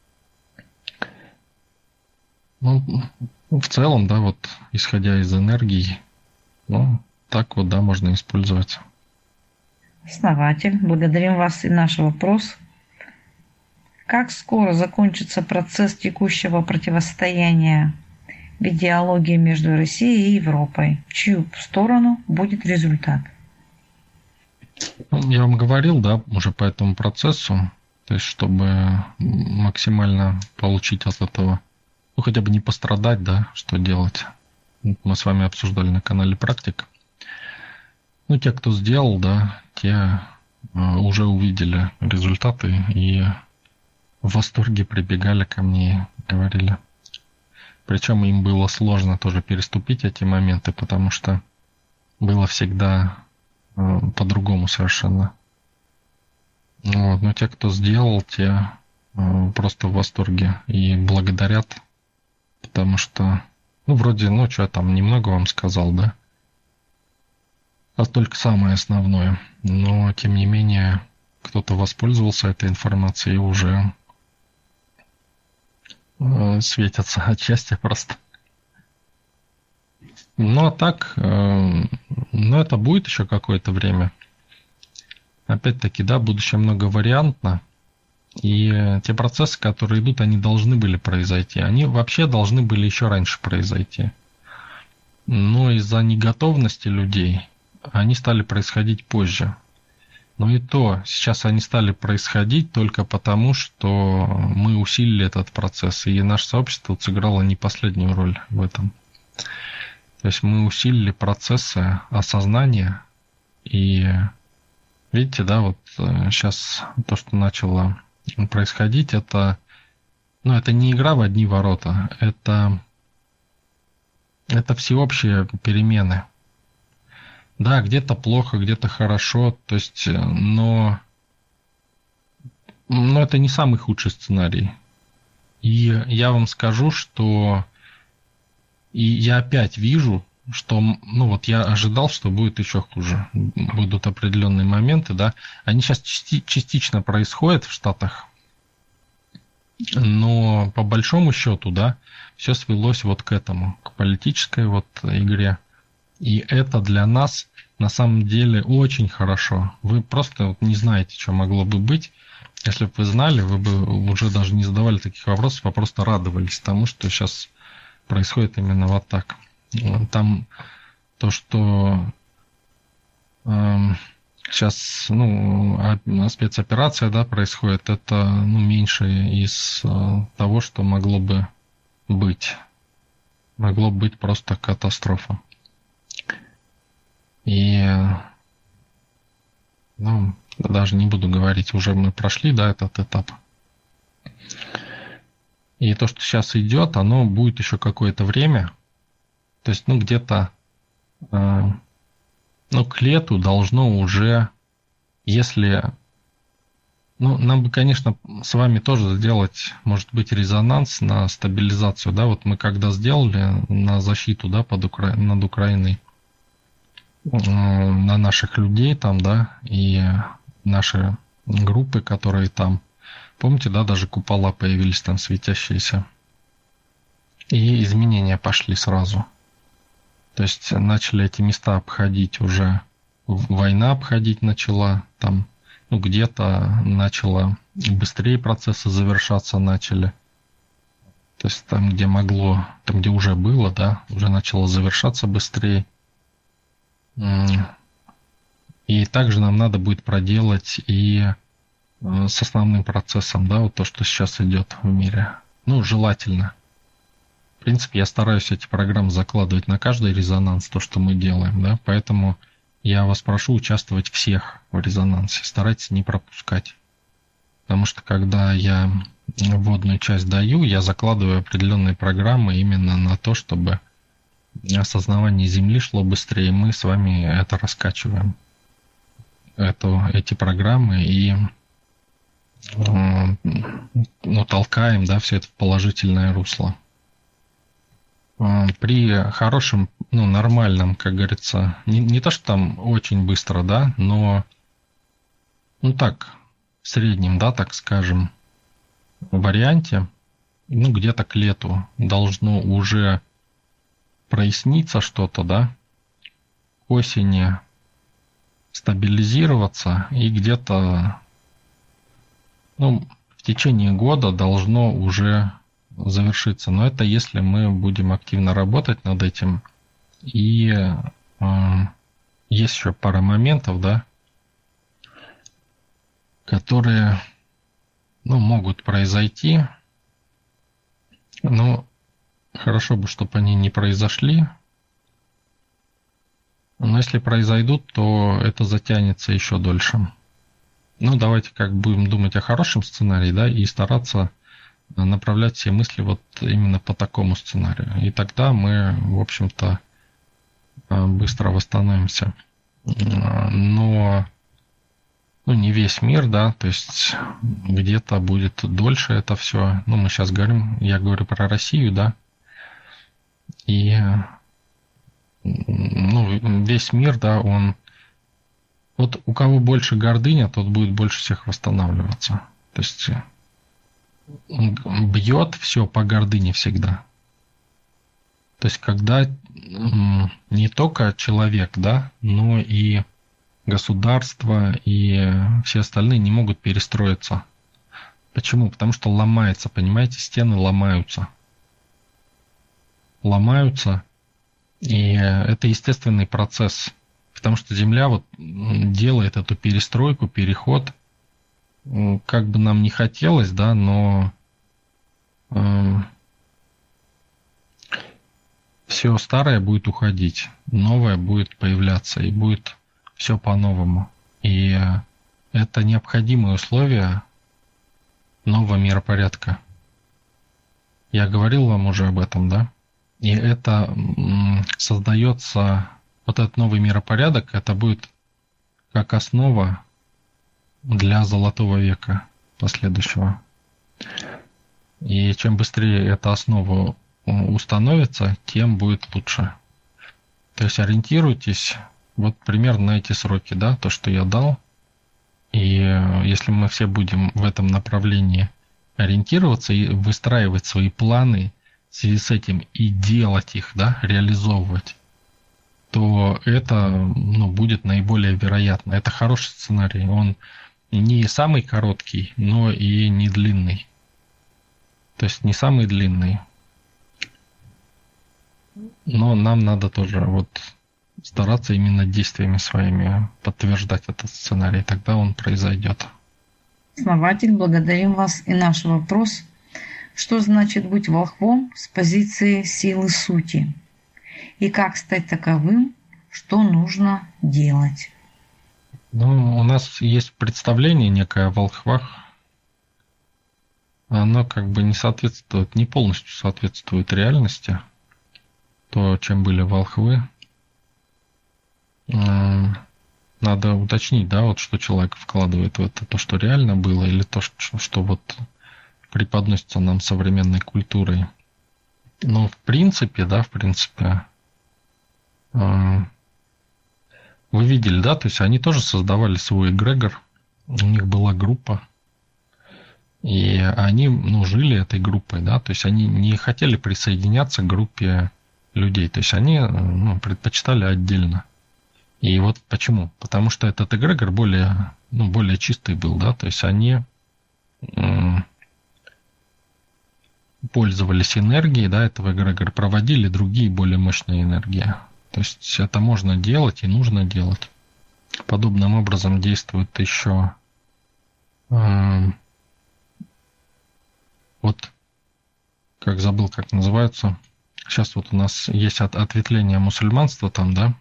В целом, да, исходя из энергии, так да, можно использовать. Основатель, благодарим вас. И наш вопрос. Как скоро закончится процесс текущего противостояния в идеологии между Россией и Европой? В чью сторону будет результат? Я вам говорил, да, уже по этому процессу, то есть чтобы максимально получить от этого, хотя бы не пострадать, да, что делать. Мы с вами обсуждали на канале «Практик». Те, кто сделал, да, те уже увидели результаты и в восторге прибегали ко мне и говорили. Причем им было сложно тоже переступить эти моменты, потому что было всегда по-другому совершенно. Но те, кто сделал, те просто в восторге и благодарят, потому что, вроде, что я там немного вам сказал, да? только самое основное. Но, тем не менее, кто-то воспользовался этой информацией и уже светятся от счастья просто. Ну, а так, это будет еще какое-то время. Опять-таки, да, будущее многовариантно. И те процессы, которые идут, они должны были произойти. Они вообще должны были еще раньше произойти. Но из-за неготовности людей они стали происходить позже. Но и то, сейчас они стали происходить только потому, что мы усилили этот процесс, и наше сообщество сыграло не последнюю роль в этом. То есть мы усилили процессы осознания, и видите, да, вот сейчас то, что начало происходить, это не игра в одни ворота, это всеобщие перемены. Да, где-то плохо, где-то хорошо, то есть, но это не самый худший сценарий. И я вам скажу, что и я опять вижу, что, я ожидал, что будет еще хуже. Будут определенные моменты, да. Они сейчас частично происходят в Штатах, но по большому счету, да, все свелось вот к этому, к политической вот игре. И это для нас на самом деле очень хорошо. Вы просто не знаете, что могло бы быть. Если бы вы знали, вы бы уже даже не задавали таких вопросов, а просто радовались тому, что сейчас происходит именно вот так. Там то, что сейчас спецоперация, да, происходит, это меньше из того, что могло бы быть. Могло быть просто катастрофа. И даже не буду говорить, уже мы прошли, да, этот этап. И то, что сейчас идет, оно будет еще какое-то время. То есть, где-то к лету должно уже, если... нам бы, конечно, с вами тоже сделать, может быть, резонанс на стабилизацию, да, вот мы когда сделали на защиту, да, над Украиной, на наших людей там, да, и наши группы, которые там, помните, да, даже купола появились там светящиеся, и изменения пошли сразу. То есть начали эти места обходить уже, война обходить начала, там, где-то начало быстрее процессы завершаться начали. То есть там, где могло, там, где уже было, да, уже начало завершаться быстрее. И также нам надо будет проделать и с основным процессом, да, вот то, что сейчас идет в мире. Желательно. В принципе, я стараюсь эти программы закладывать на каждый резонанс, то, что мы делаем, да, поэтому я вас прошу участвовать всех в резонансе, старайтесь не пропускать. Потому что когда я вводную часть даю, я закладываю определенные программы именно на то, чтобы осознавание Земли шло быстрее. Мы с вами это раскачиваем, эти программы, и толкаем, да, все это в положительное русло. При хорошем, нормальном, как говорится, не то, что там очень быстро, да, но, так, в среднем, да, так скажем, варианте, где-то к лету должно уже проясниться что-то, да, к осени стабилизироваться, и где-то, в течение года должно уже завершиться. Но это если мы будем активно работать над этим. И есть еще пара моментов, да, которые, могут произойти. Но хорошо бы, чтобы они не произошли. Но если произойдут, то это затянется еще дольше. Давайте будем думать о хорошем сценарии, да, и стараться направлять все мысли вот именно по такому сценарию. И тогда мы, в общем-то, быстро восстановимся. Но не весь мир, да, то есть где-то будет дольше это все. Мы сейчас я говорю про Россию, да, и весь мир, да, он Вот у кого больше гордыня, тот будет больше всех восстанавливаться. То есть бьет все по гордыне всегда. То есть когда не только человек, да, но и государство и все остальные не могут перестроиться. Почему? Потому что ломается, понимаете, стены ломаются. Ломаются, и это естественный процесс. Потому что Земля вот делает эту перестройку, переход. Как бы нам не хотелось, да, но все старое будет уходить, новое будет появляться, и будет все по-новому. И это необходимые условия нового миропорядка. Я говорил вам уже об этом, да? И это создается, вот этот новый миропорядок, это будет как основа для золотого века последующего. И чем быстрее эта основа установится, тем будет лучше. То есть ориентируйтесь вот примерно на эти сроки, да, то, что я дал. И если мы все будем в этом направлении ориентироваться и выстраивать свои планы в связи с этим и делать их, да, реализовывать, то это, будет наиболее вероятно. Это хороший сценарий. Он не самый короткий, но и не длинный. То есть не самый длинный. Но нам надо тоже вот стараться именно действиями своими подтверждать этот сценарий. Тогда он произойдет. Основатель, благодарим вас. И наш вопрос. Что значит быть волхвом с позиции силы сути? И как стать таковым, что нужно делать? У нас есть представление некое о волхвах. Оно как бы не полностью соответствует реальности. То, чем были волхвы. Надо уточнить, да, вот что человек вкладывает в это, то, что реально было, или то, что вот преподносится нам современной культурой. Но в принципе, вы видели, да, то есть они тоже создавали свой эгрегор, у них была группа, и они, жили этой группой, да, то есть они не хотели присоединяться к группе людей, то есть они, предпочитали отдельно. И вот почему? Потому что этот эгрегор более чистый был, да, то есть они пользовались энергией, да, этого эгрегора, проводили другие более мощные энергии. То есть это можно делать и нужно делать. Подобным образом действует еще забыл, как называется. Сейчас вот у нас есть ответвление мусульманства там, да.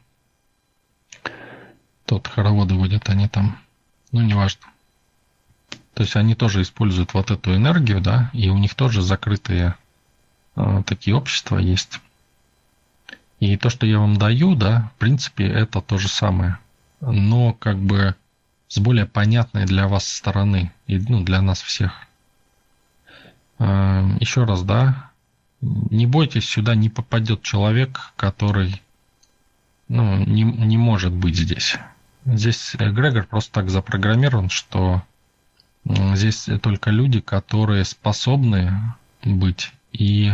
Тот хороводы водят они там. Неважно. То есть они тоже используют вот эту энергию, да, и у них тоже закрытые такие общества есть. И то, что я вам даю, да, в принципе, это то же самое. Но как бы с более понятной для вас стороны, и для нас всех. Еще раз, да, не бойтесь, сюда не попадет человек, который не может быть здесь. Здесь эгрегор просто так запрограммирован, что здесь только люди, которые способны быть и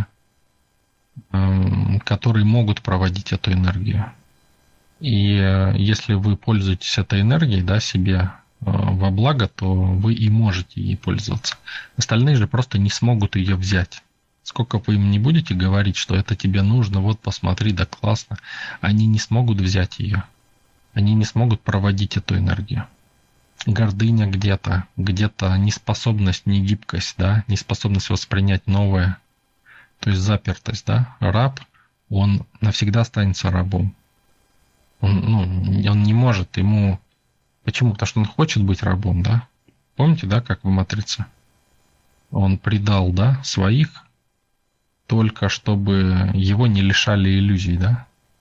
которые могут проводить эту энергию. И если вы пользуетесь этой энергией, да, себе во благо, то вы и можете ей пользоваться. Остальные же просто не смогут ее взять. Сколько вы им не будете говорить, что это тебе нужно, вот посмотри, да классно, они не смогут взять ее. Они не смогут проводить эту энергию. Гордыня где-то неспособность, негибкость, да, неспособность воспринять новое. То есть запертость, да. Раб, он навсегда останется рабом. Он не может, ему... Почему? Потому что он хочет быть рабом, да. Помните, да, как в «Матрице»? Он предал, да, своих, только чтобы его не лишали иллюзий, да.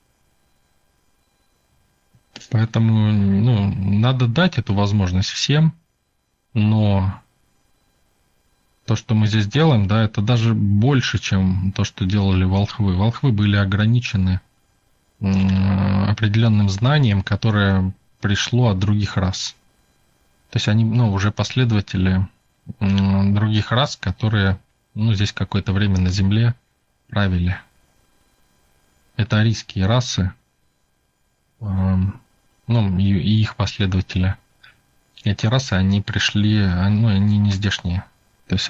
Поэтому, надо дать эту возможность всем, но то, что мы здесь делаем, да, это даже больше, чем то, что делали волхвы. Волхвы были ограничены определенным знанием, которое пришло от других рас. То есть они, уже последователи других рас, которые, здесь какое-то время на Земле правили. Это арийские расы, и их последователи. Эти расы, они пришли, они не здешние. То есть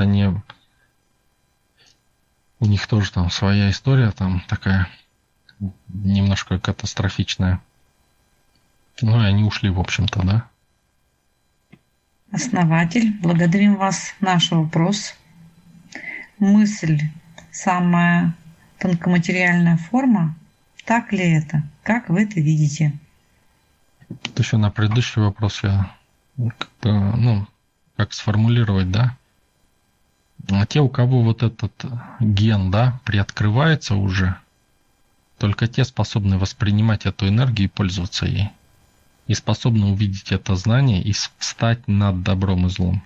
у них тоже там своя история, там такая немножко катастрофичная. И они ушли, в общем-то, да. Основатель, благодарим вас. Наш вопрос. Мысль – самая тонкоматериальная форма? Так ли это? Как вы это видите? Вот еще на предыдущий вопрос я как сформулировать, да? А те, у кого вот этот ген, да, приоткрывается уже, только те способны воспринимать эту энергию и пользоваться ей. И способны увидеть это знание и встать над добром и злом.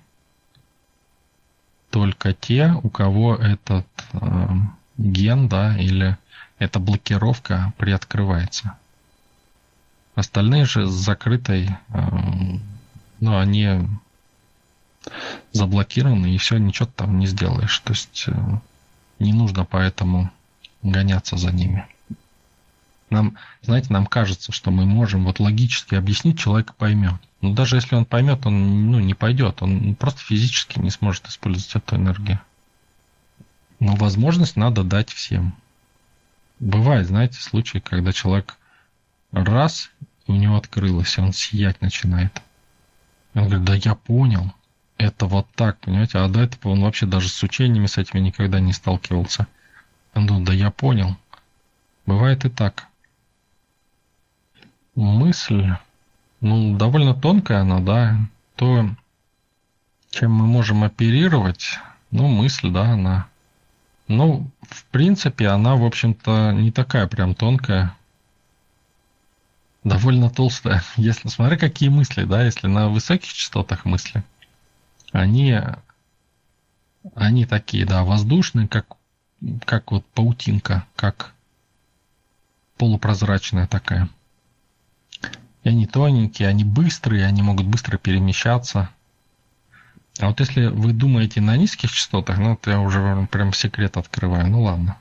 Только те, у кого этот ген, да, или эта блокировка приоткрывается. Остальные же с закрытой, они заблокированы, и все, ничего ты там не сделаешь. То есть не нужно поэтому гоняться за ними. Нам кажется, что мы можем логически объяснить, человек поймет. Но даже если он поймет, он не пойдет, он просто физически не сможет использовать эту энергию. Но возможность надо дать всем. Бывает, случаи, когда человек раз, и у него открылось, и он сиять начинает. Он говорит, да я понял, это вот так, понимаете, а до этого он вообще даже с учениями с этими никогда не сталкивался. Он думает, да я понял. Бывает и так. Мысль, довольно тонкая она, да. То, чем мы можем оперировать, мысль, да, она... в принципе, она, в общем-то, не такая прям тонкая. Довольно толстая. Смотри, какие мысли, да, если на высоких частотах мысли. Они такие, да, воздушные, как паутинка, как полупрозрачная такая. И они тоненькие, они быстрые, они могут быстро перемещаться. А вот если вы думаете на низких частотах, то я уже вам прям секрет открываю. Ладно.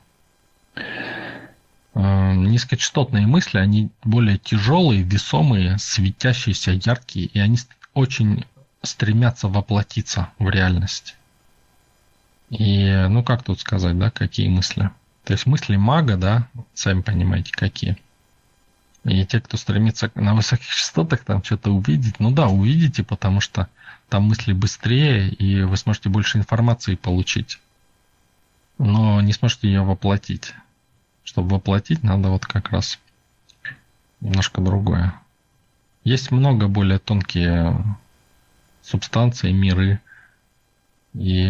Низкочастотные мысли, они более тяжелые, весомые, светящиеся, яркие, и они очень стремятся воплотиться в реальность. И, как тут сказать, да, какие мысли? То есть мысли мага, да, сами понимаете, какие. И те, кто стремится на высоких частотах там что-то увидеть, увидите, потому что там мысли быстрее, и вы сможете больше информации получить. Но не сможете ее воплотить. Чтобы воплотить, надо как раз немножко другое. Есть много более тонкие субстанции, миры и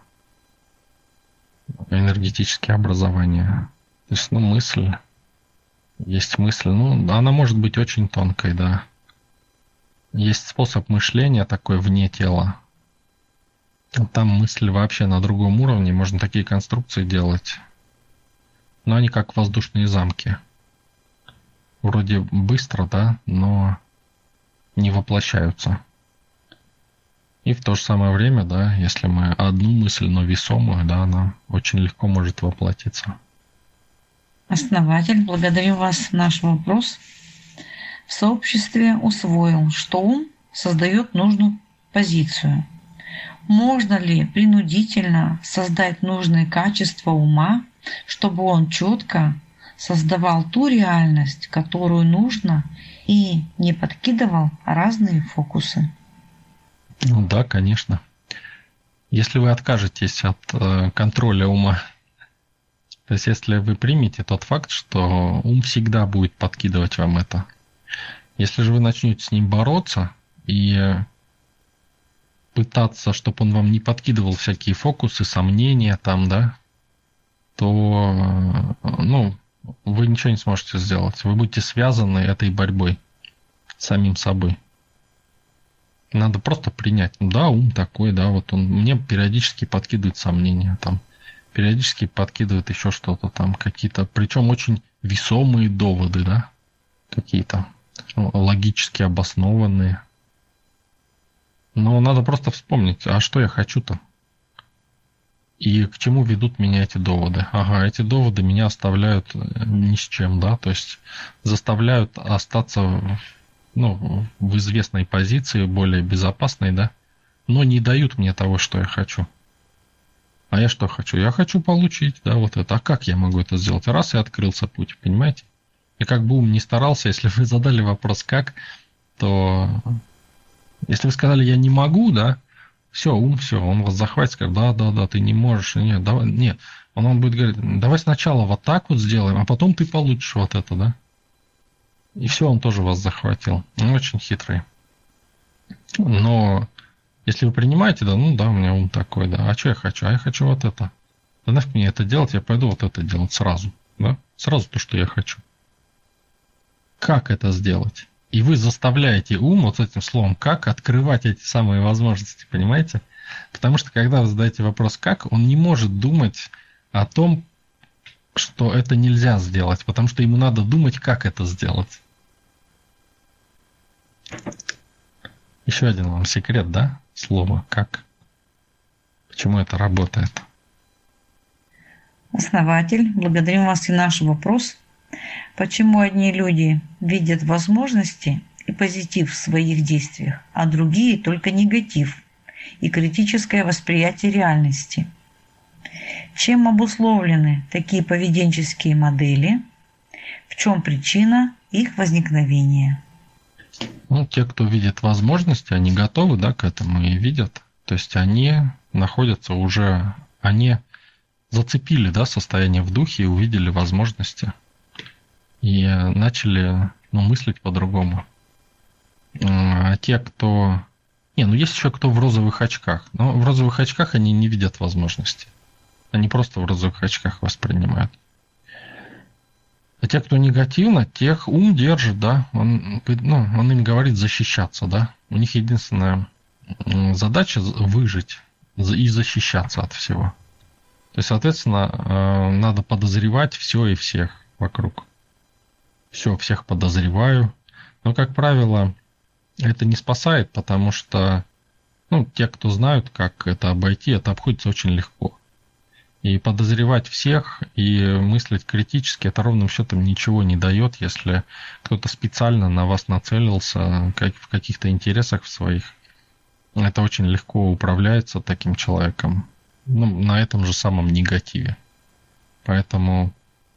энергетические образования. То есть, мысль. Есть мысль, она может быть очень тонкой, да. Есть способ мышления такой вне тела. Там мысль вообще на другом уровне, можно такие конструкции делать. Но они как воздушные замки. Вроде быстро, да, но не воплощаются. И в то же самое время, да, если мы одну мысль, но весомую, да, она очень легко может воплотиться. Основатель, благодарю вас. Наш вопрос. В сообществе усвоил, что ум создает нужную позицию. Можно ли принудительно создать нужные качества ума, чтобы он четко создавал ту реальность, которую нужно, и не подкидывал разные фокусы? Да, конечно. Если вы откажетесь от контроля ума, то есть если вы примете тот факт, что ум всегда будет подкидывать вам это, если же вы начнете с ним бороться и пытаться, чтобы он вам не подкидывал всякие фокусы, сомнения там, да, то, вы ничего не сможете сделать. Вы будете связаны этой борьбой с самим собой. Надо просто принять. Да, ум такой, да, вот он мне периодически подкидывает сомнения, там, периодически подкидывает еще что-то там, какие-то, причем очень весомые доводы, да, какие-то. логически обоснованные. Но надо просто вспомнить, а что я хочу-то? И к чему ведут меня эти доводы? Ага, эти доводы меня оставляют ни с чем, да, то есть заставляют остаться в известной позиции, более безопасной, да, но не дают мне того, что я хочу. А я что хочу? Я хочу получить, да, вот это. А как я могу это сделать? Раз и открылся путь, понимаете? И как бы ум не старался, если вы задали вопрос «как?», то если вы сказали «я не могу», да, все, он вас захватит, скажет «да, ты не можешь». Нет, давай, нет. Он будет говорить «давай сначала вот так вот сделаем, а потом ты получишь вот это», да. И все, он тоже вас захватил. Он очень хитрый. Но если вы принимаете, да, у меня ум такой, да, а что я хочу? А я хочу вот это. Да нафиг мне это делать, я пойду вот это делать сразу, да, сразу то, что я хочу. Как это сделать? И вы заставляете ум вот этим словом «как» открывать эти самые возможности, понимаете? Потому что когда вы задаете вопрос «как», он не может думать о том, что это нельзя сделать, потому что ему надо думать, как это сделать. Еще один вам секрет, да? Слово «как». Почему это работает? Основатель, благодарим вас и наш вопрос. Почему одни люди видят возможности и позитив в своих действиях, а другие только негатив и критическое восприятие реальности? Чем обусловлены такие поведенческие модели? В чем причина их возникновения? Те, кто видит возможности, они готовы, да, к этому и видят. То есть они находятся уже, они зацепили, да, состояние в духе и увидели возможности. И начали, мыслить по-другому. А те, кто... есть еще кто в розовых очках. Но в розовых очках они не видят возможности. Они просто в розовых очках воспринимают. А те, кто негативно, тех ум держит, да. Он им говорит защищаться, да. У них единственная задача выжить и защищаться от всего. То есть, соответственно, надо подозревать все и всех вокруг. Все, всех подозреваю. Но, как правило, это не спасает, потому что те, кто знают, как это обойти, это обходится очень легко. И подозревать всех и мыслить критически, это ровным счетом ничего не дает, если кто-то специально на вас нацелился в каких-то интересах своих. Это очень легко управляется таким человеком, на этом же самом негативе. Поэтому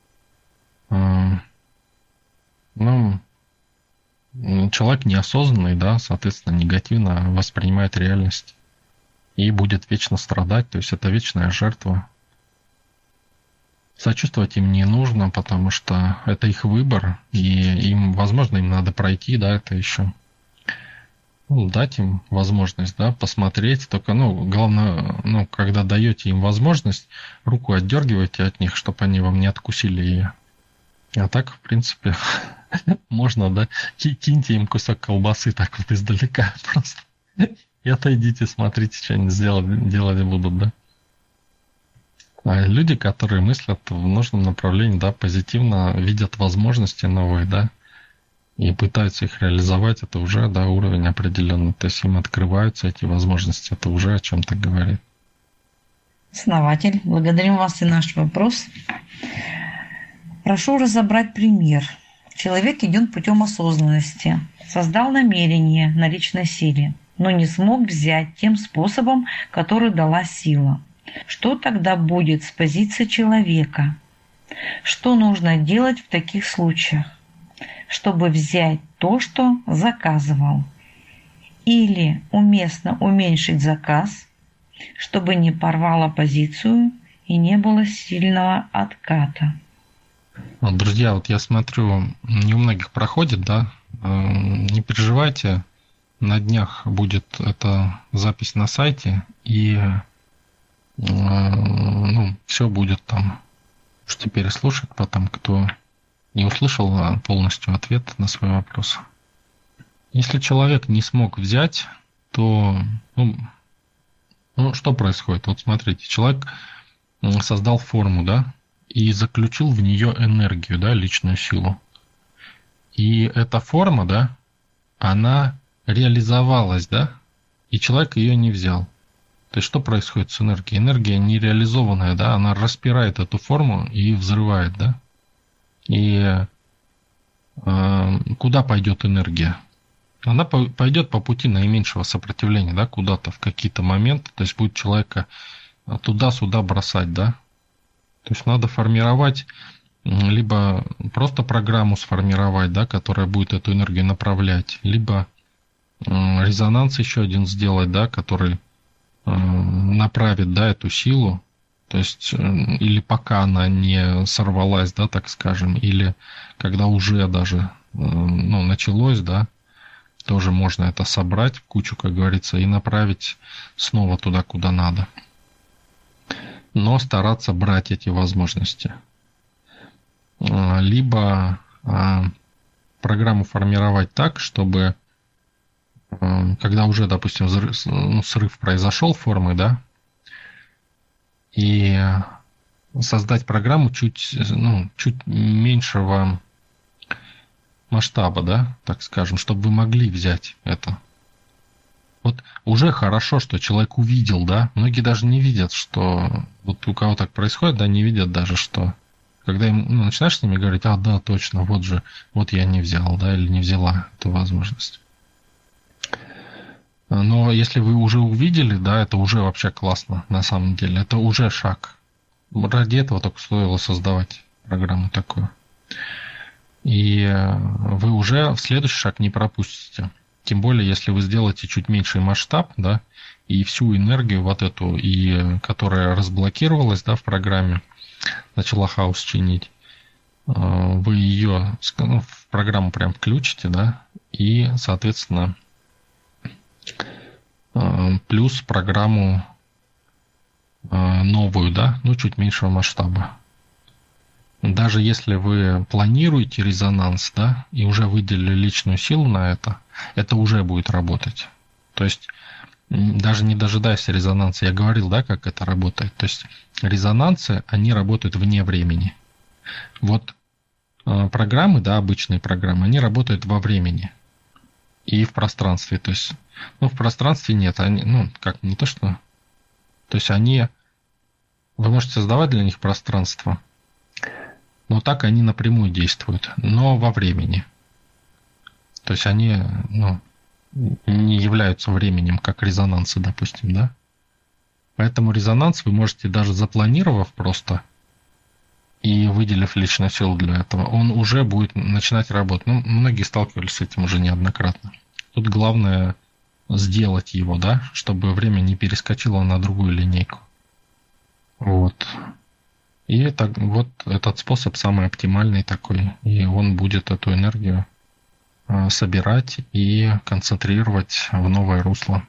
человек неосознанный, да, соответственно, негативно воспринимает реальность и будет вечно страдать, то есть это вечная жертва. Сочувствовать им не нужно, потому что это их выбор, и им, возможно, им надо пройти, да, это еще. Дать им возможность, да, посмотреть. Только, главное, когда даете им возможность, руку отдергивайте от них, чтобы они вам не откусили ее. А так, в принципе, можно, да, киньте им кусок колбасы так вот издалека просто. И отойдите, смотрите, что они делать будут, да. А люди, которые мыслят в нужном направлении, да, позитивно видят возможности новые, да, и пытаются их реализовать, это уже, да, уровень определенный. То есть им открываются эти возможности, это уже о чем-то говорит. Основатель, благодарим вас и наш вопрос. Прошу разобрать пример. Человек идет путем осознанности, создал намерение на личной силе, но не смог взять тем способом, который дала сила. Что тогда будет с позиции человека? Что нужно делать в таких случаях, чтобы взять то, что заказывал? Или уместно уменьшить заказ, чтобы не порвало позицию и не было сильного отката? Друзья, вот я смотрю, не у многих проходит, да, не переживайте, на днях будет эта запись на сайте, и все будет там. Можете переслушать потом, кто не услышал полностью ответ на свой вопрос. Если человек не смог взять, то что происходит? Вот смотрите, человек создал форму, да, и заключил в нее энергию, да, личную силу. И эта форма, да, она реализовалась, да, и человек ее не взял. То есть что происходит с энергией? Энергия нереализованная, да, она распирает эту форму и взрывает, да. И куда пойдет энергия? Она пойдет по пути наименьшего сопротивления, да, куда-то в какие-то моменты. То есть будет человека туда-сюда бросать, да. То есть надо формировать, либо просто программу сформировать, да, которая будет эту энергию направлять, либо резонанс еще один сделать, да, который направит, да, эту силу. То есть или пока она не сорвалась, да, так скажем, или когда уже даже началось, да, тоже можно это собрать в кучу, как говорится, и направить снова туда, куда надо. Но стараться брать эти возможности. Либо программу формировать так, чтобы когда уже, допустим, срыв произошел формы, да, и создать программу чуть меньшего масштаба, да, так скажем, чтобы вы могли взять это. Вот уже хорошо, что человек увидел, да, многие даже не видят, что вот у кого так происходит, да, не видят даже, что когда им начинаешь с ними говорить, да, точно, вот я не взял, да, или не взяла эту возможность. Но если вы уже увидели, да, это уже вообще классно, на самом деле, это уже шаг. Ради этого только стоило создавать программу такую. И вы уже в следующий шаг не пропустите. Тем более, если вы сделаете чуть меньший масштаб, да, и всю энергию вот эту, и которая разблокировалась, да, в программе, начала хаос чинить, вы ее в программу прям включите, да, и, соответственно, плюс программу новую, да, чуть меньшего масштаба. Даже если вы планируете резонанс, да, и уже выделили личную силу на это уже будет работать. То есть даже не дожидаясь резонанса, я говорил, да, как это работает. То есть резонансы, они работают вне времени. Вот программы, да, обычные программы, они работают во времени и в пространстве. То есть, в пространстве нет, они, не то что... То есть вы можете создавать для них пространство, но так они напрямую действуют, но во времени. То есть они, не являются временем, как резонансы, допустим, да. Поэтому резонанс вы можете даже запланировав просто и выделив личную силу для этого, он уже будет начинать работать. Многие сталкивались с этим уже неоднократно. Тут главное сделать его, да, чтобы время не перескочило на другую линейку. Вот. И так, вот этот способ самый оптимальный такой, и он будет эту энергию собирать и концентрировать в новое русло.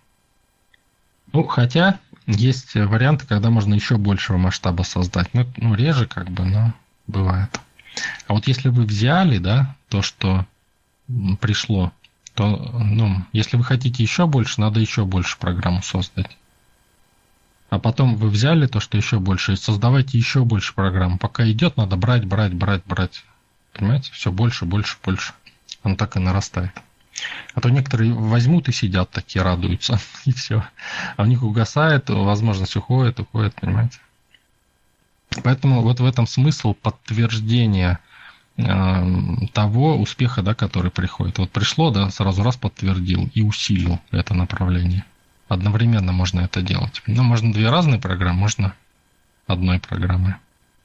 Хотя есть варианты, когда можно еще большего масштаба создать. Реже но бывает. А вот если вы взяли, да, то, что пришло, то, если вы хотите еще больше, надо еще больше программу создать. А потом вы взяли то, что еще больше, и создавайте еще больше программ. Пока идет, надо брать. Понимаете? Все больше. Он так и нарастает. А то некоторые возьмут и сидят такие, радуются, и все. А у них угасает, возможность уходит, понимаете? Поэтому вот в этом смысл подтверждения того успеха, да, который приходит. Вот пришло, да, сразу раз подтвердил и усилил это направление. Одновременно можно это делать. Можно 2 разные программы, можно одной программой.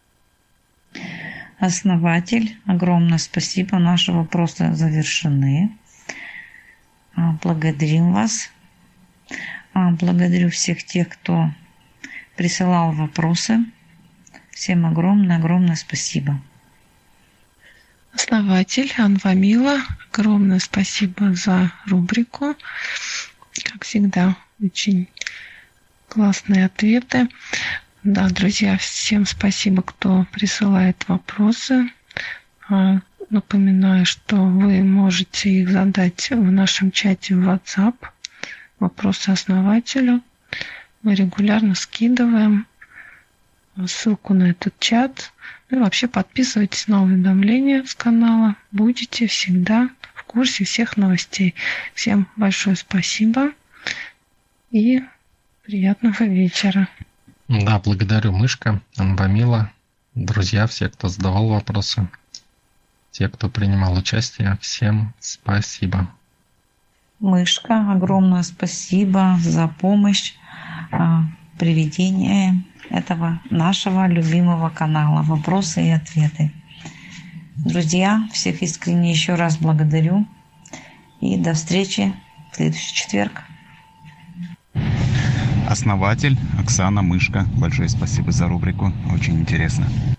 Основатель, огромное спасибо. Наши вопросы завершены. Благодарим вас. Благодарю всех тех, кто присылал вопросы. Всем огромное спасибо. Основатель Анвамила, огромное спасибо за рубрику. Как всегда, очень классные ответы. Да, друзья, всем спасибо, кто присылает вопросы. Напоминаю, что вы можете их задать в нашем чате в WhatsApp. Вопросы основателю. Мы регулярно скидываем ссылку на этот чат. Ну и вообще подписывайтесь на уведомления с канала. Будете всегда в курсе всех новостей. Всем большое спасибо и приятного вечера. Да, благодарю, Мышка, Анвамила, друзья, все, кто задавал вопросы, те, кто принимал участие, всем спасибо. Мышка, огромное спасибо за помощь в приведении этого нашего любимого канала «Вопросы и ответы». Друзья, всех искренне еще раз благодарю и до встречи в следующий четверг. Основатель Оксана Мышка. Большое спасибо за рубрику. Очень интересно.